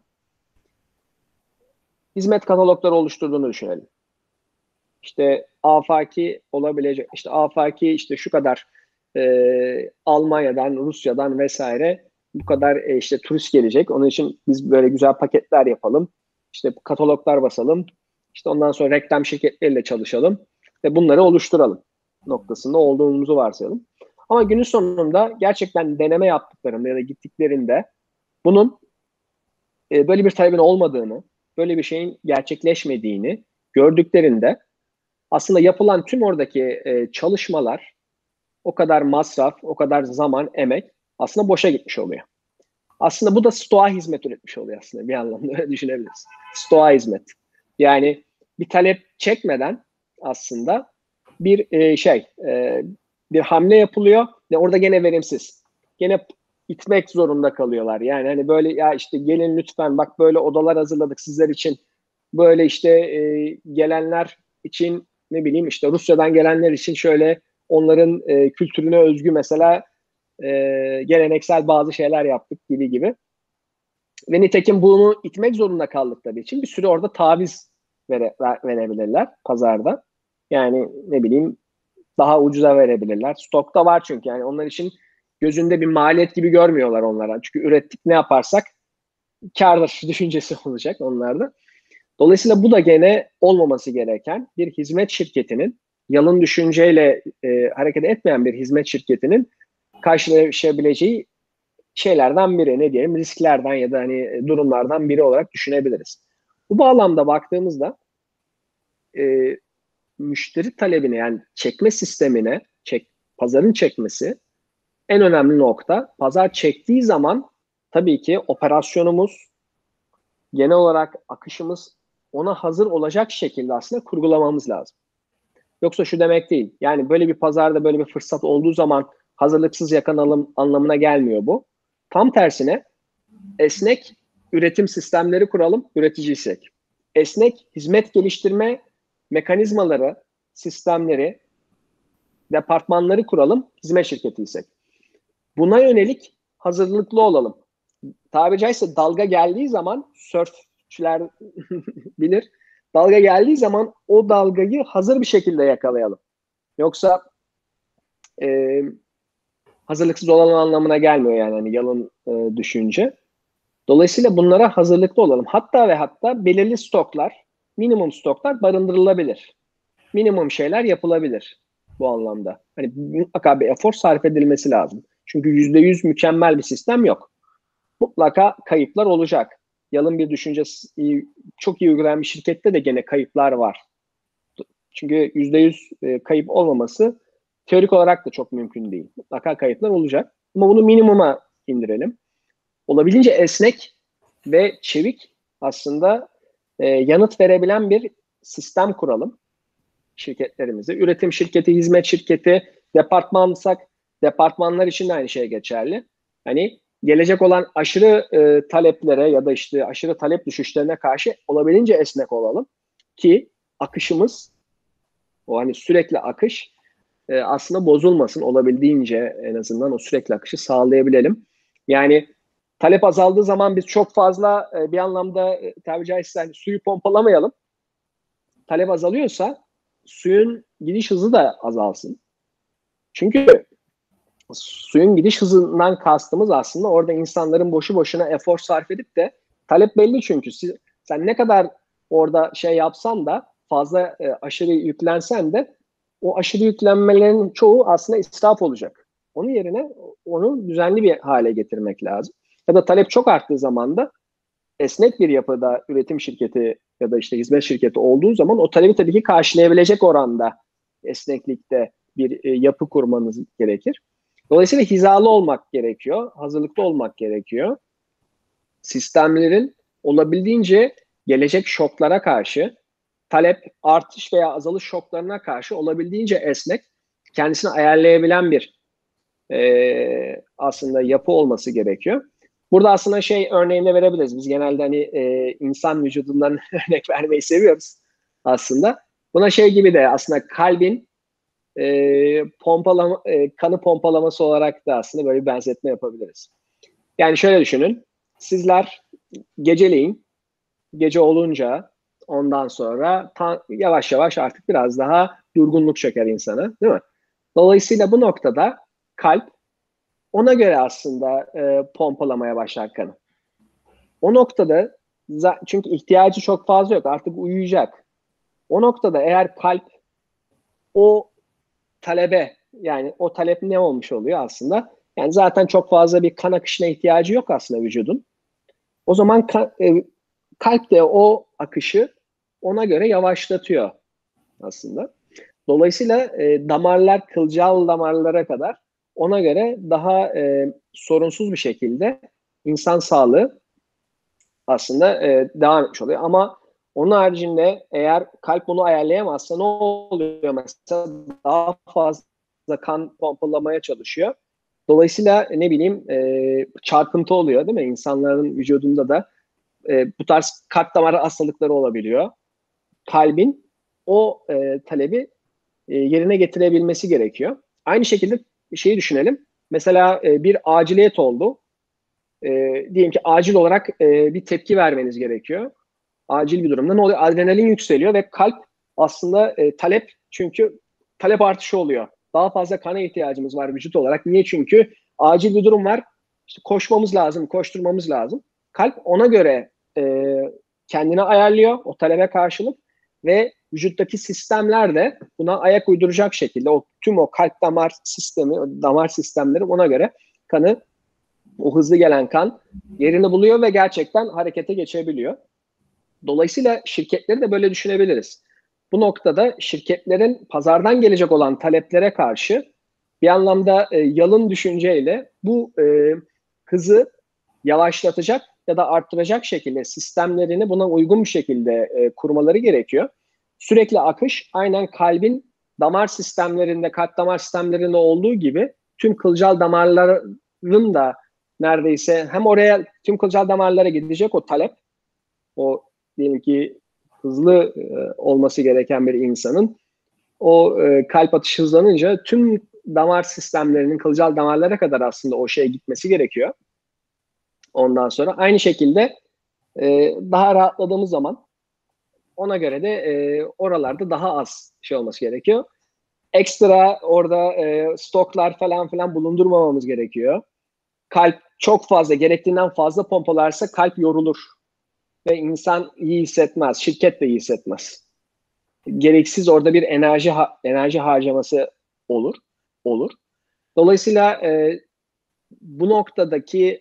hizmet katalogları oluşturduğunu düşünelim. İşte afaki olabilecek, işte afaki işte şu kadar Almanya'dan, Rusya'dan vesaire bu kadar işte turist gelecek. Onun için biz böyle güzel paketler yapalım. İşte kataloglar basalım. İşte ondan sonra reklam şirketleriyle çalışalım ve bunları oluşturalım noktasında olduğumuzu varsayalım. Ama günün sonunda gerçekten deneme yaptıklarında ya da gittiklerinde bunun böyle bir talebin olmadığını, böyle bir şeyin gerçekleşmediğini gördüklerinde aslında yapılan tüm oradaki çalışmalar, o kadar masraf, o kadar zaman, emek aslında boşa gitmiş oluyor. Aslında bu da stoğa hizmet üretmiş oluyor aslında, bir anlamda öyle düşünebiliriz. Stoğa hizmet. Yani bir talep çekmeden aslında bir bir hamle yapılıyor ve orada gene verimsiz. Gene itmek zorunda kalıyorlar. Yani hani böyle ya işte gelin lütfen bak böyle odalar hazırladık sizler için. Böyle işte gelenler için ne bileyim işte Rusya'dan gelenler için şöyle onların kültürüne özgü mesela geleneksel bazı şeyler yaptık gibi. Ve nitekim bunu itmek zorunda kaldıkları için bir süre orada taviz verebilirler pazarda. Yani ne bileyim daha ucuza verebilirler. Stokta var çünkü yani onlar için gözünde bir maliyet gibi görmüyorlar onlara. Çünkü ürettik ne yaparsak kârdır düşüncesi olacak onlarda. Dolayısıyla bu da gene olmaması gereken bir hizmet şirketinin, yalın düşünceyle hareket etmeyen bir hizmet şirketinin karşılaşabileceği şeylerden biri, ne diyelim, risklerden ya da hani durumlardan biri olarak düşünebiliriz. Bu bağlamda baktığımızda müşteri talebine, yani çekme sistemine, pazarın çekmesi en önemli nokta. Pazar çektiği zaman tabii ki operasyonumuz, genel olarak akışımız ona hazır olacak şekilde aslında kurgulamamız lazım. Yoksa şu demek değil. Yani böyle bir pazarda böyle bir fırsat olduğu zaman hazırlıksız yakalanalım anlamına gelmiyor bu. Tam tersine esnek üretim sistemleri kuralım, üreticiysek. Esnek hizmet geliştirme mekanizmaları, sistemleri, departmanları kuralım, hizmet şirketiysek. Buna yönelik hazırlıklı olalım. Tabiri caizse dalga geldiği zaman, sörfçüler bilir, dalga geldiği zaman o dalgayı hazır bir şekilde yakalayalım. Yoksa hazırlıksız olan anlamına gelmiyor yani hani yalın düşünce. Dolayısıyla bunlara hazırlıklı olalım. Hatta ve hatta belirli stoklar, minimum stoklar barındırılabilir. Minimum şeyler yapılabilir bu anlamda. Hani mutlaka bir efor sarf edilmesi lazım. Çünkü %100 mükemmel bir sistem yok. Mutlaka kayıplar olacak. Yalın bir düşünce çok iyi uygulayan bir şirkette de gene kayıplar var. Çünkü %100 kayıp olmaması teorik olarak da çok mümkün değil. Mutlaka kayıplar olacak. Ama bunu minimuma indirelim. Olabildiğince esnek ve çevik aslında yanıt verebilen bir sistem kuralım şirketlerimize. Üretim şirketi, hizmet şirketi, departmansak departmanlar için de aynı şey geçerli. Hani gelecek olan aşırı taleplere ya da işte aşırı talep düşüşlerine karşı olabildiğince esnek olalım ki akışımız, o hani sürekli akış aslında bozulmasın, olabildiğince en azından o sürekli akışı sağlayabilelim. Yani talep azaldığı zaman biz çok fazla bir anlamda tabiri caizse hani suyu pompalamayalım. Talep azalıyorsa suyun gidiş hızı da azalsın. Çünkü suyun gidiş hızından kastımız aslında orada insanların boşu boşuna efor sarf edip de talep belli çünkü. Sen ne kadar orada şey yapsan da fazla aşırı yüklensen de o aşırı yüklenmelerin çoğu aslında israf olacak. Onun yerine onu düzenli bir hale getirmek lazım. Ya da talep çok arttığı zaman da esnek bir yapıda üretim şirketi ya da işte hizmet şirketi olduğu zaman o talebi tabii ki karşılayabilecek oranda esneklikte bir yapı kurmanız gerekir. Dolayısıyla hizalı olmak gerekiyor, hazırlıklı olmak gerekiyor. Sistemlerin olabildiğince gelecek şoklara karşı, talep artış veya azalış şoklarına karşı olabildiğince esnek, kendisini ayarlayabilen bir aslında yapı olması gerekiyor. Burada aslında şey örneğini verebiliriz. Biz genelde hani insan vücudundan örnek vermeyi seviyoruz aslında. Buna şey gibi de aslında kalbin kanı pompalaması olarak da aslında böyle bir benzetme yapabiliriz. Yani şöyle düşünün. Sizler geceleyin, gece olunca ondan sonra yavaş yavaş artık biraz daha durgunluk çeker insana, değil mi? Dolayısıyla bu noktada kalp ona göre aslında pompalamaya başlar kanı. O noktada çünkü ihtiyacı çok fazla yok. Artık uyuyacak. O noktada eğer kalp o talebe, yani o talep ne olmuş oluyor aslında? Yani zaten çok fazla bir kan akışına ihtiyacı yok aslında vücudun. O zaman kalp de o akışı ona göre yavaşlatıyor aslında. Dolayısıyla damarlar, kılcal damarlara kadar ona göre daha sorunsuz bir şekilde insan sağlığı aslında devam etmiş oluyor. Ama onun haricinde eğer kalp bunu ayarlayamazsa ne oluyor mesela? Daha fazla kan pompalamaya çalışıyor. Dolayısıyla ne bileyim çarpıntı oluyor değil mi? İnsanların vücudunda da bu tarz kalp damarı hastalıkları olabiliyor. Kalbin o talebi yerine getirebilmesi gerekiyor. Aynı şekilde şeyi düşünelim. Mesela bir aciliyet oldu. Diyelim ki acil olarak bir tepki vermeniz gerekiyor. Acil bir durumda ne oluyor? Adrenalin yükseliyor ve kalp aslında talep, çünkü talep artışı oluyor. Daha fazla kana ihtiyacımız var vücut olarak. Niye? Çünkü acil bir durum var. İşte koşmamız lazım, koşturmamız lazım. Kalp ona göre kendini ayarlıyor o talebe karşılık ve vücuttaki sistemler de buna ayak uyduracak şekilde tüm o kalp damar sistemi, damar sistemleri ona göre kanı, o hızlı gelen kan yerini buluyor ve gerçekten harekete geçebiliyor. Dolayısıyla şirketleri de böyle düşünebiliriz. Bu noktada şirketlerin pazardan gelecek olan taleplere karşı bir anlamda yalın düşünceyle bu hızı yavaşlatacak ya da arttıracak şekilde sistemlerini buna uygun bir şekilde kurmaları gerekiyor. Sürekli akış aynen kalbin damar sistemlerinde, kalp damar sistemlerinde olduğu gibi tüm kılcal damarların da neredeyse hem oraya tüm kılcal damarlara gidecek o talep, o diyelim ki hızlı olması gereken bir insanın o kalp atışı hızlanınca tüm damar sistemlerinin kılcal damarlara kadar aslında o şeye gitmesi gerekiyor. Ondan sonra aynı şekilde daha rahatladığımız zaman ona göre de oralarda daha az şey olması gerekiyor. Ekstra orada stoklar falan filan bulundurmamamız gerekiyor. Kalp çok fazla, gerektiğinden fazla pompalarsa kalp yorulur. Ve insan iyi hissetmez, şirket de iyi hissetmez. Gereksiz orada bir enerji harcaması olur. Dolayısıyla bu noktadaki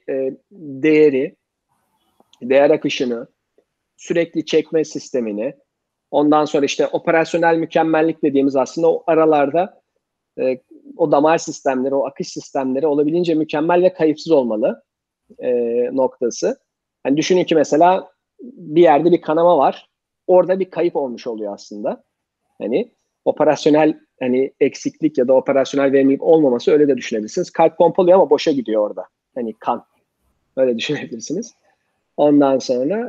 değer akışını, sürekli çekme sistemini, ondan sonra işte operasyonel mükemmellik dediğimiz aslında o aralarda o damar sistemleri, o akış sistemleri olabildiğince mükemmel ve kayıpsız olmalı noktası. Yani düşünün ki mesela bir yerde bir kanama var. Orada bir kayıp olmuş oluyor aslında. Hani operasyonel eksiklik ya da operasyonel verimlilik olmaması, öyle de düşünebilirsiniz. Kalp pompalıyor ama boşa gidiyor orada. Hani kan. Öyle düşünebilirsiniz. Ondan sonra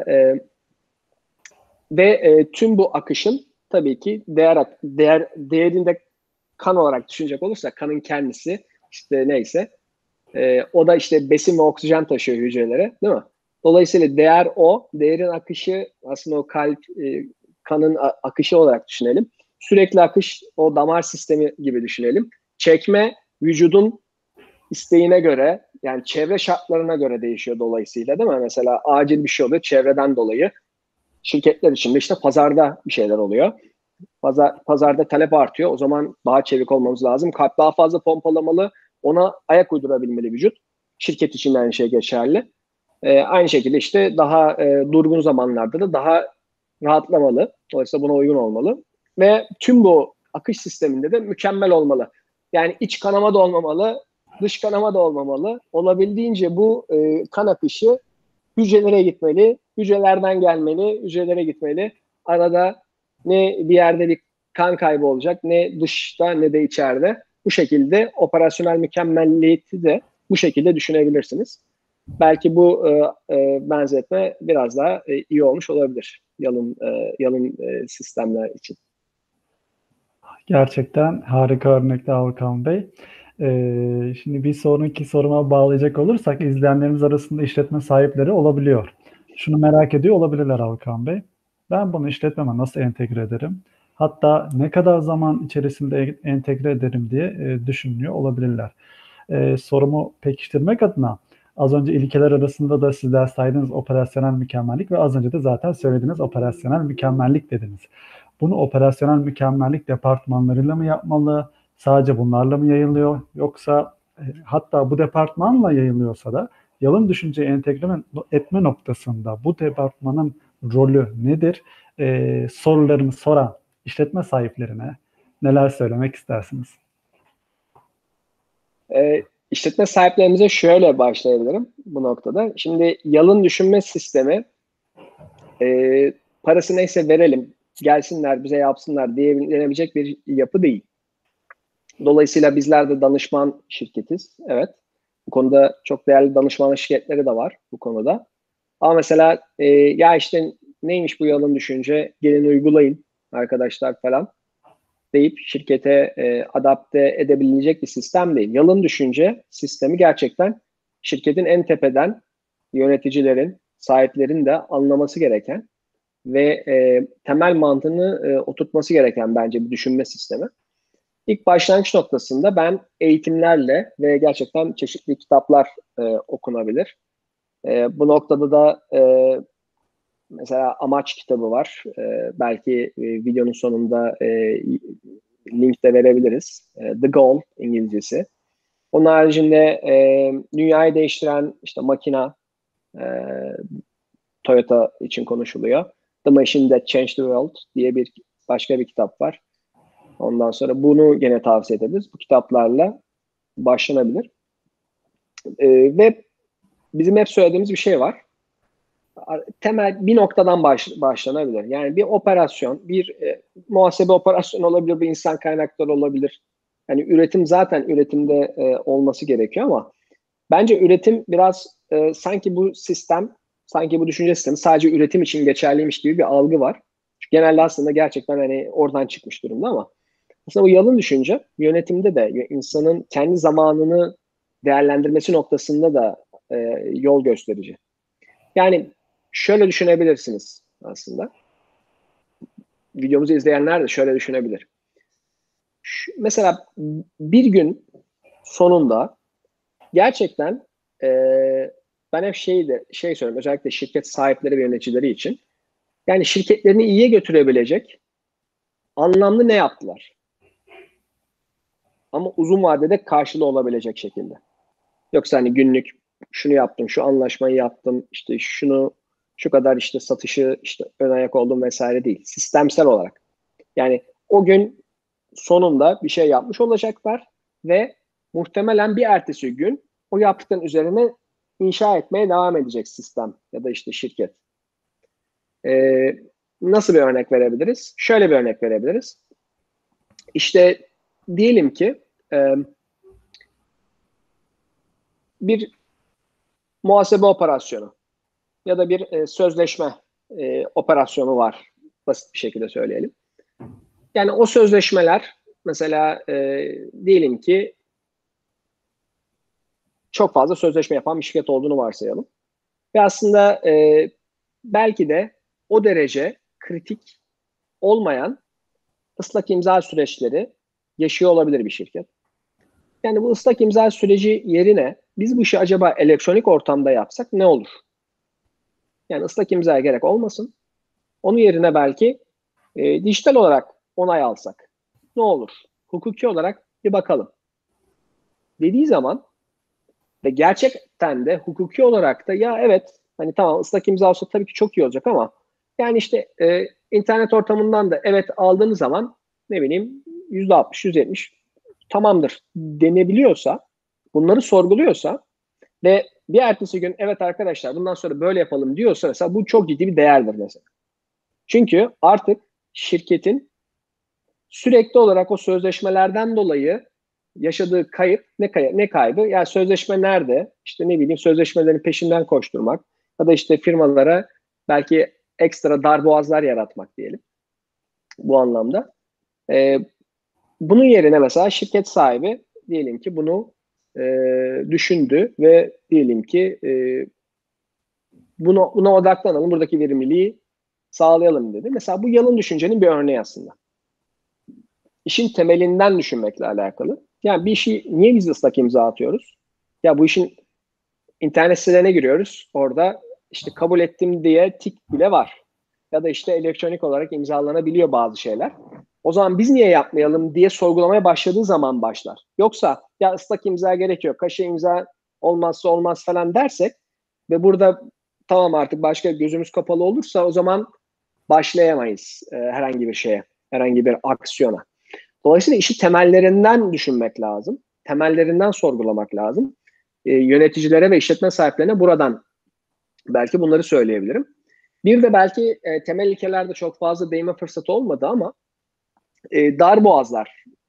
tüm bu akışın tabii ki değerinde kan olarak düşünecek olursak kanın kendisi işte neyse o da işte besin ve oksijen taşıyor hücrelere, değil mi? Dolayısıyla değerin akışı aslında o kalp kanın akışı olarak düşünelim. Sürekli akış o damar sistemi gibi düşünelim. Çekme vücudun isteğine göre, yani çevre şartlarına göre değişiyor dolayısıyla, değil mi? Mesela acil bir şey oluyor çevreden dolayı. Şirketler içinde işte pazarda bir şeyler oluyor. Pazarda talep artıyor. O zaman daha çevik olmamız lazım. Kalp daha fazla pompalamalı. Ona ayak uydurabilmeli vücut. Şirket için de aynı şey geçerli. Aynı şekilde işte daha durgun zamanlarda da daha rahatlamalı. Dolayısıyla buna uygun olmalı. Ve tüm bu akış sisteminde de mükemmel olmalı. Yani iç kanama da olmamalı, dış kanama da olmamalı. Olabildiğince bu kan akışı hücrelere gitmeli, hücrelerden gelmeli, hücrelere gitmeli. Arada ne bir yerde bir kan kaybı olacak, ne dışta ne de içeride. Bu şekilde operasyonel mükemmelliyeti de bu şekilde düşünebilirsiniz. Belki bu benzetme biraz daha iyi olmuş olabilir yalın sistemler için. Gerçekten harika örnekler Hakan Bey. Şimdi bir sonraki soruma bağlayacak olursak izleyenlerimiz arasında işletme sahipleri olabiliyor. Şunu merak ediyor olabilirler Hakan Bey. Ben bunu işletmeme nasıl entegre ederim? Hatta ne kadar zaman içerisinde entegre ederim diye düşünüyor olabilirler. Sorumu pekiştirmek adına az önce ilkeler arasında da sizler saydığınız operasyonel mükemmellik ve az önce de zaten söylediğiniz operasyonel mükemmellik dediniz. Bunu operasyonel mükemmellik departmanlarıyla mı yapmalı? Sadece bunlarla mı yayılıyor? Yoksa hatta bu departmanla yayılıyorsa da yalın düşünceyi entegre etme noktasında bu departmanın rolü nedir? Sorularını soran işletme sahiplerine neler söylemek istersiniz? İşletme sahiplerimize şöyle başlayabilirim bu noktada. Şimdi yalın düşünme sistemi parası neyse verelim, gelsinler bize yapsınlar diyebilecek bir yapı değil. Dolayısıyla bizler de danışman şirketiz. Evet. Bu konuda çok değerli danışmanlık şirketleri de var bu konuda. Ama mesela ya işte neymiş bu yalın düşünce, gelin uygulayın arkadaşlar falan deyip şirkete adapte edebilecek bir sistem değil. Yalın düşünce sistemi gerçekten şirketin en tepeden yöneticilerin, sahiplerin de anlaması gereken ve temel mantığını oturtması gereken bence bir düşünme sistemi. İlk başlangıç noktasında ben eğitimlerle ve gerçekten çeşitli kitaplar okunabilir. Bu noktada da mesela Amaç kitabı var. Belki videonun sonunda link de verebiliriz. The Goal İngilizcesi. Onun haricinde dünyayı değiştiren işte makina Toyota için konuşuluyor. The Machine That Changed the World diye başka bir kitap var. Ondan sonra bunu gene tavsiye edebiliriz. Bu kitaplarla başlanabilir. Ve bizim hep söylediğimiz bir şey var. temel bir noktadan başlanabilir. Yani bir operasyon, bir muhasebe operasyonu olabilir, bir insan kaynakları olabilir. Yani üretim zaten üretimde olması gerekiyor ama bence üretim biraz sanki bu düşünce sistemi sadece üretim için geçerliymiş gibi bir algı var. Çünkü genelde aslında gerçekten hani oradan çıkmış durumda ama aslında bu yalın düşünce yönetimde de insanın kendi zamanını değerlendirmesi noktasında da yol gösterici. Yani şöyle düşünebilirsiniz aslında. Videomuzu izleyenler de şöyle düşünebilir. Mesela bir gün sonunda gerçekten ben hep şey söylüyorum, özellikle şirket sahipleri ve yöneticileri için. Yani şirketlerini iyiye götürebilecek anlamlı ne yaptılar? Ama uzun vadede karşılığı olabilecek şekilde. Yoksa hani günlük şunu yaptım, şu anlaşmayı yaptım, işte şu kadar işte satışı işte ön ayak oldum vesaire değil. Sistemsel olarak. Yani o gün sonunda bir şey yapmış olacaklar ve muhtemelen bir ertesi gün o yaptıkların üzerine inşa etmeye devam edecek sistem ya da işte şirket. Nasıl bir örnek verebiliriz? Şöyle bir örnek verebiliriz. İşte diyelim ki bir muhasebe operasyonu ya da bir sözleşme operasyonu var. Basit bir şekilde söyleyelim. Yani o sözleşmeler mesela diyelim ki çok fazla sözleşme yapan bir şirket olduğunu varsayalım. Ve aslında belki de o derece kritik olmayan ıslak imza süreçleri yaşıyor olabilir bir şirket. Yani bu ıslak imza süreci yerine biz bu işi acaba elektronik ortamda yapsak ne olur? Yani ıslak imzaya gerek olmasın. Onun yerine belki dijital olarak onay alsak ne olur? Hukuki olarak bir bakalım. Dediği zaman ve gerçekten de hukuki olarak da ya evet hani tamam ıslak imza olsa tabii ki çok iyi olacak ama yani işte internet ortamından da evet aldığınız zaman ne bileyim %60, %70 tamamdır denebiliyorsa, bunları sorguluyorsa ve bir ertesi gün evet arkadaşlar bundan sonra böyle yapalım diyorsa mesela bu çok ciddi bir değerdir mesela. Çünkü artık şirketin sürekli olarak o sözleşmelerden dolayı yaşadığı kayıp ne kaybı? Yani sözleşme nerede? İşte ne bileyim sözleşmelerin peşinden koşturmak ya da işte firmalara belki ekstra darboğazlar yaratmak diyelim bu anlamda. Ee, Bunun yerine mesela şirket sahibi diyelim ki bunu düşündü ve diyelim ki buna odaklanalım, buradaki verimliliği sağlayalım dedi. Mesela bu yalın düşüncenin bir örneği aslında. İşin temelinden düşünmekle alakalı. Yani bir işi niye biz ıslak imza atıyoruz? Ya bu işin internet sitelerine giriyoruz. Orada işte kabul ettim diye tik bile var. Ya da işte elektronik olarak imzalanabiliyor bazı şeyler. O zaman biz niye yapmayalım diye sorgulamaya başladığı zaman başlar. Yoksa ya ıslak imza gerekiyor, kaşe imza olmazsa olmaz falan dersek ve burada tamam artık başka gözümüz kapalı olursa o zaman başlayamayız herhangi bir şeye, herhangi bir aksiyona. Dolayısıyla işi temellerinden düşünmek lazım. Temellerinden sorgulamak lazım. Yöneticilere ve işletme sahiplerine buradan belki bunları söyleyebilirim. Bir de belki temel ilkelerde çok fazla değinme fırsatı olmadı ama darboğazları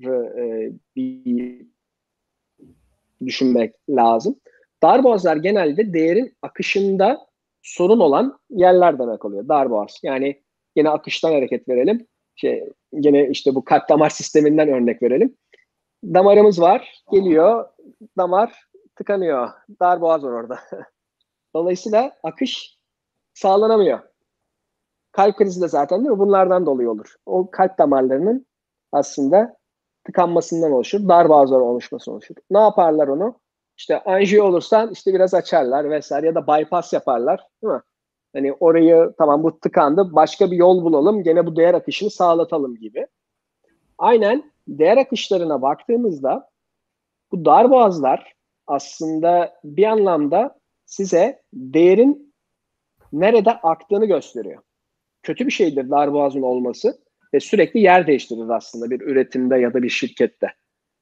bir düşünmek lazım. Darboğazlar genelde değerin akışında sorun olan yerler demek oluyor. Darboğaz. Yani yine akıştan hareket verelim. Yine işte bu kalp damar sisteminden örnek verelim. Damarımız var, geliyor, damar tıkanıyor. Darboğaz var orada. Dolayısıyla akış sağlanamıyor. Kalp krizi de zaten değil mi? Bunlardan dolayı olur. O kalp damarlarının aslında tıkanmasından oluşur. Darboğazlar oluşması oluşur. Ne yaparlar onu? İşte anjiyo olursan işte biraz açarlar vesaire ya da bypass yaparlar. Değil mi? Hani orayı tamam bu tıkandı başka bir yol bulalım gene bu değer akışını sağlatalım gibi. Aynen değer akışlarına baktığımızda bu darboğazlar aslında bir anlamda size değerin nerede aktığını gösteriyor. Kötü bir şeydir darboğazın olması ve sürekli yer değiştirir aslında bir üretimde ya da bir şirkette.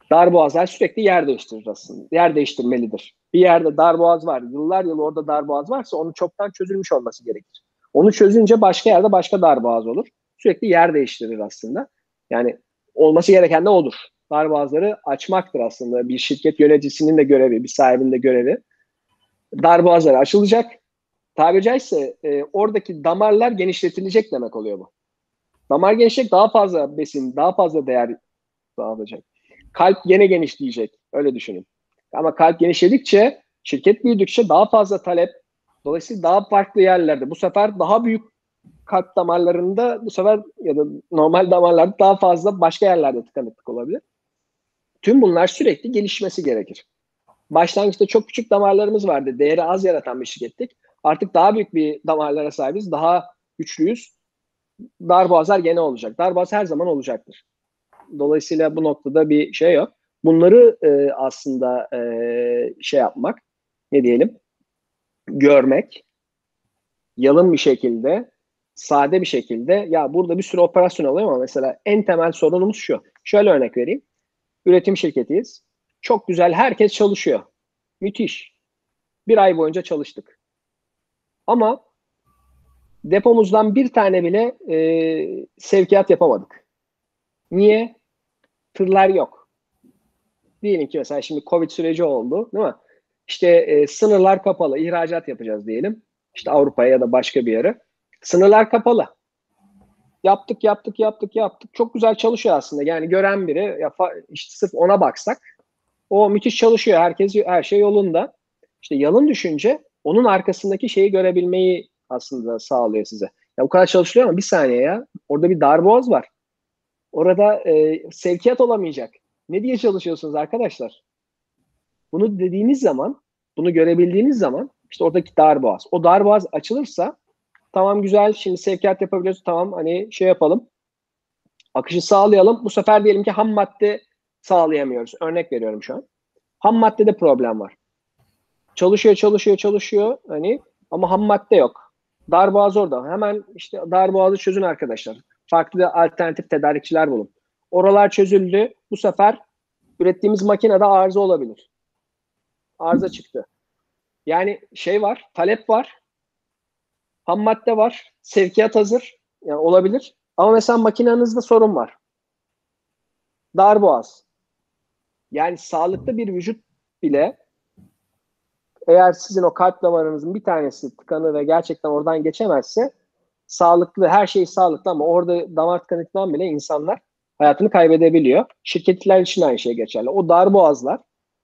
Darboğazlar sürekli yer değiştirir aslında. Yer değiştirmelidir. Bir yerde darboğaz var. Yıllar yılı orada darboğaz varsa onun çoktan çözülmüş olması gerekir. Onu çözünce başka yerde başka darboğaz olur. Sürekli yer değiştirir aslında. Yani olması gereken de olur. Darboğazları açmaktır aslında. Bir şirket yöneticisinin de görevi, bir sahibinin de görevi. Darboğazları açılacak. Tabiri caizse oradaki damarlar genişletilecek demek oluyor bu. Damar genişleyecek, daha fazla besin, daha fazla değer sağlayacak. Kalp gene genişleyecek. Öyle düşünün. Ama kalp genişledikçe, şirket büyüdükçe daha fazla talep. Dolayısıyla daha farklı yerlerde. Bu sefer daha büyük kalp damarlarında bu sefer ya da normal damarlarda daha fazla başka yerlerde tıkanıklık olabilir. Tüm bunlar sürekli gelişmesi gerekir. Başlangıçta çok küçük damarlarımız vardı. Değeri az yaratan bir şirkettik. Artık daha büyük bir damarlara sahibiz. Daha güçlüyüz. Darboğazlar gene olacak. Darboğaz her zaman olacaktır. Dolayısıyla bu noktada bir şey yok. Bunları aslında şey yapmak, ne diyelim, görmek, yalın bir şekilde, sade bir şekilde, ya burada bir sürü operasyon oluyor ama mesela en temel sorunumuz şu. Şöyle örnek vereyim. Üretim şirketiyiz. Çok güzel, herkes çalışıyor. Müthiş. Bir ay boyunca çalıştık. Ama depomuzdan bir tane bile sevkiyat yapamadık. Niye? Tırlar yok. Diyelim ki mesela şimdi Covid süreci oldu, değil mi? İşte sınırlar kapalı, ihracat yapacağız diyelim. İşte Avrupa'ya ya da başka bir yere. Sınırlar kapalı. Yaptık. Çok güzel çalışıyor aslında. Yani gören biri, işte sırf ona baksak, o müthiş çalışıyor. Her şey yolunda. İşte yalın düşünce onun arkasındaki şeyi görebilmeyi aslında sağlıyor size. Ya bu kadar çalışılıyor ama bir saniye ya. Orada bir darboğaz var. Orada sevkiyat olamayacak. Ne diye çalışıyorsunuz arkadaşlar? Bunu dediğiniz zaman, bunu görebildiğiniz zaman işte oradaki darboğaz. O darboğaz açılırsa tamam güzel, şimdi sevkiyat yapabiliyoruz. Tamam, hani şey yapalım. Akışı sağlayalım. Bu sefer diyelim ki ham madde sağlayamıyoruz. Örnek veriyorum şu an. Ham maddede problem var. Çalışıyor hani, ama ham madde yok. Darboğaz orada. Hemen işte darboğazı çözün arkadaşlar. Farklı alternatif tedarikçiler bulun. Oralar çözüldü. Bu sefer ürettiğimiz makinede arıza olabilir. Arıza çıktı. Yani şey var, talep var, ham madde var, sevkiyat hazır. Yani olabilir. Ama mesela makinenizde sorun var. Darboğaz. Yani sağlıklı bir vücut bile, eğer sizin o kalp damarınızın bir tanesi tıkanır ve gerçekten oradan geçemezse, sağlıklı, her şey sağlıklı ama orada damar tıkanıklığından bile insanlar hayatını kaybedebiliyor. Şirketler için aynı şey geçerli. O darboğazlar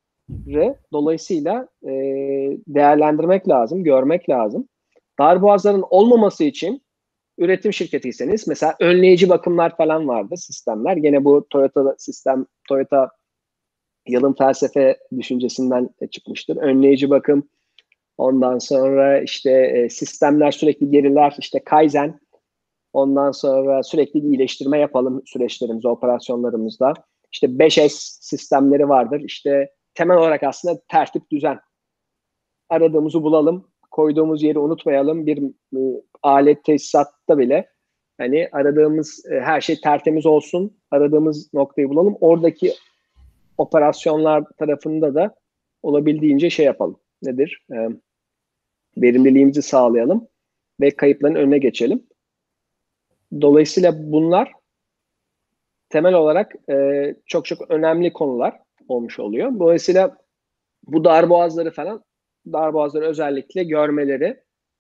dolayısıyla değerlendirmek lazım, görmek lazım. Darboğazların olmaması için üretim şirketiyseniz mesela önleyici bakımlar falan vardı, sistemler. Gene bu Toyota sistem, Toyota yalın felsefe düşüncesinden çıkmıştır. Önleyici bakım, ondan sonra işte sistemler sürekli geriler, işte Kaizen, ondan sonra sürekli bir iyileştirme yapalım süreçlerimizi, operasyonlarımızda. İşte 5S sistemleri vardır. İşte temel olarak aslında tertip, düzen. Aradığımızı bulalım, koyduğumuz yeri unutmayalım. Bir alet tesisatta bile hani aradığımız her şey tertemiz olsun, aradığımız noktayı bulalım. Oradaki operasyonlar tarafında da olabildiğince şey yapalım. Nedir? Verimliliğimizi sağlayalım ve kayıpların önüne geçelim. Dolayısıyla bunlar temel olarak çok çok önemli konular olmuş oluyor. Dolayısıyla bu darboğazları özellikle görmeleri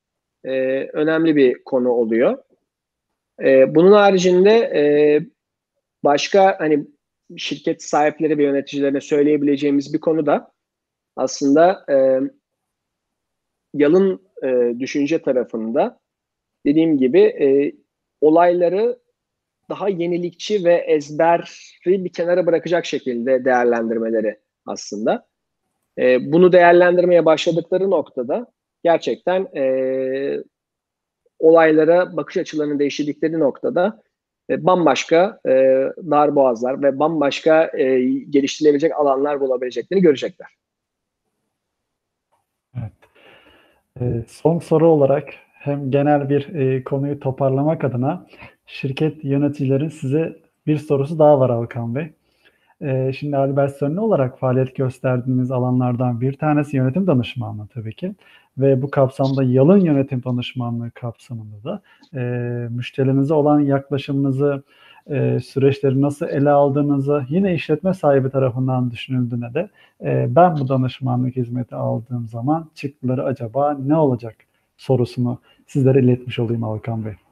önemli bir konu oluyor. Bunun haricinde başka hani şirket sahipleri ve yöneticilerine söyleyebileceğimiz bir konu da aslında yalın düşünce tarafında, dediğim gibi olayları daha yenilikçi ve ezberi bir kenara bırakacak şekilde değerlendirmeleri aslında. Bunu değerlendirmeye başladıkları noktada gerçekten olaylara bakış açılarını değiştirdikleri noktada bambaşka darboğazlar ve bambaşka geliştirilebilecek alanlar bulabileceklerini görecekler. Evet. Son soru olarak hem genel bir konuyu toparlamak adına şirket yöneticilerin size bir sorusu daha var Hakan Bey. Şimdi Albert Sönne olarak faaliyet gösterdiğiniz alanlardan bir tanesi yönetim danışmanlığı tabii ki. Ve bu kapsamda yalın yönetim danışmanlığı kapsamında da müşterinize olan yaklaşımınızı, süreçleri nasıl ele aldığınızı yine işletme sahibi tarafından düşünüldüğüne de ben bu danışmanlık hizmeti aldığım zaman çıktıları acaba ne olacak sorusunu sizlere iletmiş olayım Alkan Bey.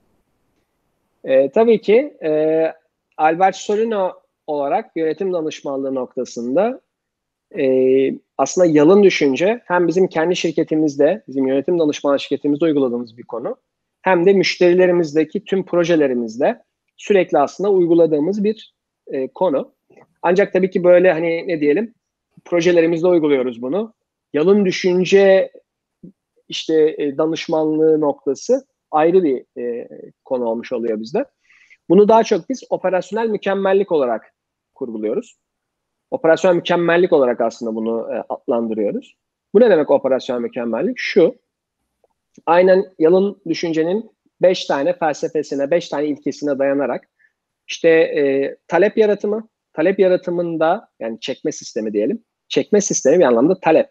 Tabii ki Albert Solino olarak yönetim danışmanlığı noktasında aslında yalın düşünce hem bizim kendi şirketimizde, bizim yönetim danışmanlığı şirketimizde uyguladığımız bir konu, hem de müşterilerimizdeki tüm projelerimizde sürekli aslında uyguladığımız bir konu. Ancak tabii ki böyle hani ne diyelim, projelerimizde uyguluyoruz bunu. Yalın düşünce işte danışmanlığı noktası ayrı bir konu olmuş oluyor bizde. Bunu daha çok biz operasyonel mükemmellik olarak kurguluyoruz. Operasyonel mükemmellik olarak aslında bunu adlandırıyoruz. Bu ne demek operasyonel mükemmellik? Şu, aynen yalın düşüncenin 5 tane felsefesine, 5 tane ilkesine dayanarak işte talep yaratımında yani çekme sistemi diyelim. Çekme sistemi bir anlamda talep.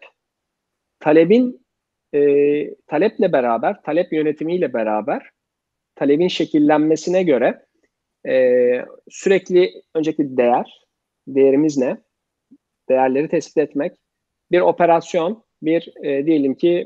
Taleple beraber, talep yönetimiyle beraber talebin şekillenmesine göre sürekli önceki değerimiz ne? Değerleri tespit etmek, bir operasyon, diyelim ki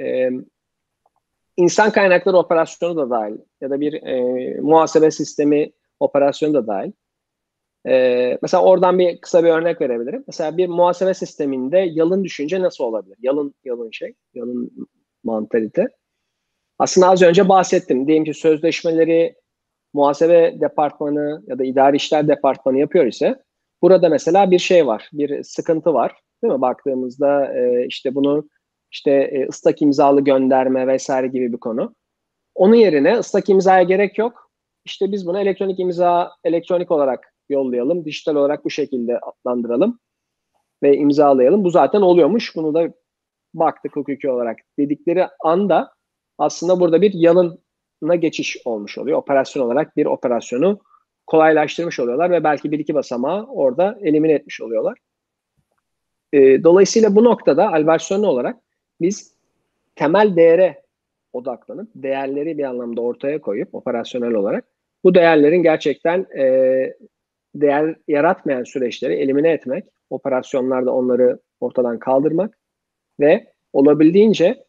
insan kaynakları operasyonu da dahil ya da bir muhasebe sistemi operasyonu da dahil. Mesela oradan kısa bir örnek verebilirim. Mesela bir muhasebe sisteminde yalın düşünce nasıl olabilir? Yalın mantalite. Aslında az önce bahsettim. Diyelim ki sözleşmeleri muhasebe departmanı ya da idari işler departmanı yapıyor ise burada mesela bir şey var, bir sıkıntı var. Değil mi? Baktığımızda işte bunu ıslak imzalı gönderme vesaire gibi bir konu. Onun yerine ıslak imzaya gerek yok. İşte biz bunu elektronik olarak yollayalım, dijital olarak bu şekilde adlandıralım ve imzalayalım. Bu zaten oluyormuş. Bunu da baktık hukuki olarak dedikleri anda aslında burada bir yalına geçiş olmuş oluyor. Operasyon olarak bir operasyonu kolaylaştırmış oluyorlar ve belki bir iki basamağı orada elimine etmiş oluyorlar. Dolayısıyla bu noktada Albertsson olarak biz temel değere odaklanıp değerleri bir anlamda ortaya koyup operasyonel olarak bu değerlerin gerçekten değer yaratmayan süreçleri elimine etmek, operasyonlarda onları ortadan kaldırmak ve olabildiğince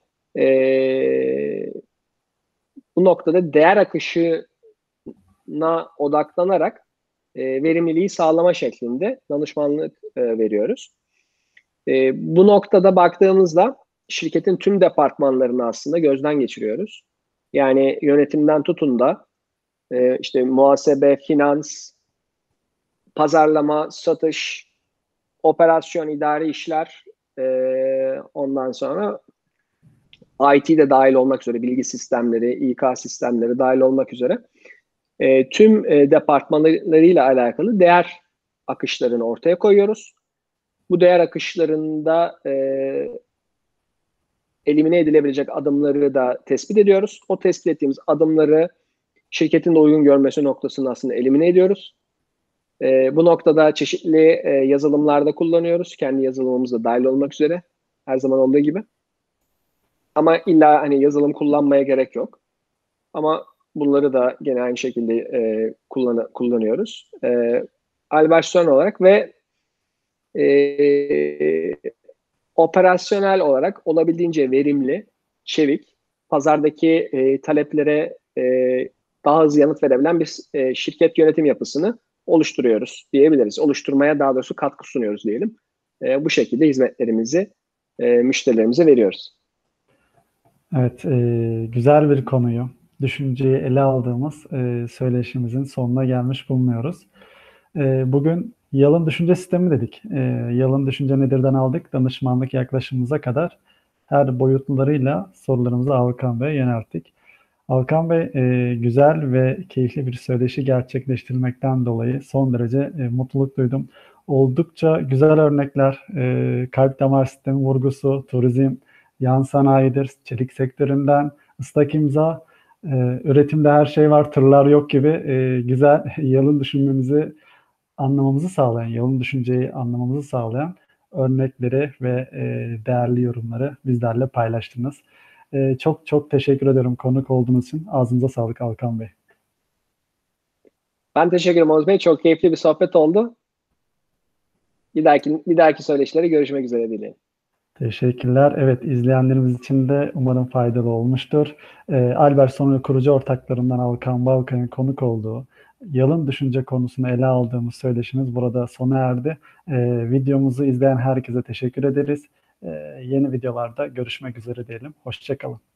bu noktada değer akışına odaklanarak verimliliği sağlama şeklinde danışmanlık veriyoruz. Bu noktada baktığımızda şirketin tüm departmanlarını aslında gözden geçiriyoruz. Yani yönetimden tutun da işte muhasebe, finans, pazarlama, satış, operasyon, idari işler, ondan sonra IT de dahil olmak üzere, bilgi sistemleri, İK sistemleri dahil olmak üzere tüm departmanlarıyla alakalı değer akışlarını ortaya koyuyoruz. Bu değer akışlarında elimine edilebilecek adımları da tespit ediyoruz. O tespit ettiğimiz adımları şirketin de uygun görmesi noktasında aslında elimine ediyoruz. Bu noktada çeşitli yazılımlarda kullanıyoruz. Kendi yazılımımız da dahil olmak üzere. Her zaman olduğu gibi. Ama illa hani yazılım kullanmaya gerek yok. Ama bunları da gene aynı şekilde kullanıyoruz. Albertsson olarak ve operasyonel olarak olabildiğince verimli, çevik, pazardaki taleplere daha hızlı yanıt verebilen bir şirket yönetim yapısını oluşturuyoruz diyebiliriz. Oluşturmaya daha doğrusu katkı sunuyoruz diyelim. Bu şekilde hizmetlerimizi müşterilerimize veriyoruz. Evet, güzel bir konuyu, düşünceyi ele aldığımız söyleşimizin sonuna gelmiş bulunuyoruz. Bugün yalın düşünce sistemi dedik. Yalın düşünce nedirden aldık, danışmanlık yaklaşımımıza kadar her boyutlarıyla sorularımızı Alkan Bey'e yönelttik. Alkan Bey, güzel ve keyifli bir söyleşi gerçekleştirmekten dolayı son derece mutluluk duydum. Oldukça güzel örnekler, kalp damar sistemi vurgusu, turizm, yan sanayidir, çelik sektöründen, ıslak imza, üretimde her şey var, tırlar yok gibi güzel yalın düşünmemizi anlamamızı sağlayan, yalın düşünceyi anlamamızı sağlayan örnekleri ve değerli yorumları bizlerle paylaştınız. Çok çok teşekkür ederim konuk olduğunuz için. Ağzınıza sağlık Alkan Bey. Ben teşekkür ederim Oğuz Bey. Çok keyifli bir sohbet oldu. Bir dahaki söyleşilere görüşmek üzere dileğim. Teşekkürler. Evet, izleyenlerimiz için de umarım faydalı olmuştur. Albertson'un kurucu ortaklarından Alkan Balkan'ın konuk olduğu yalın düşünce konusunu ele aldığımız söyleşimiz burada sona erdi. Videomuzu izleyen herkese teşekkür ederiz. Yeni videolarda görüşmek üzere diyelim. Hoşça kalın.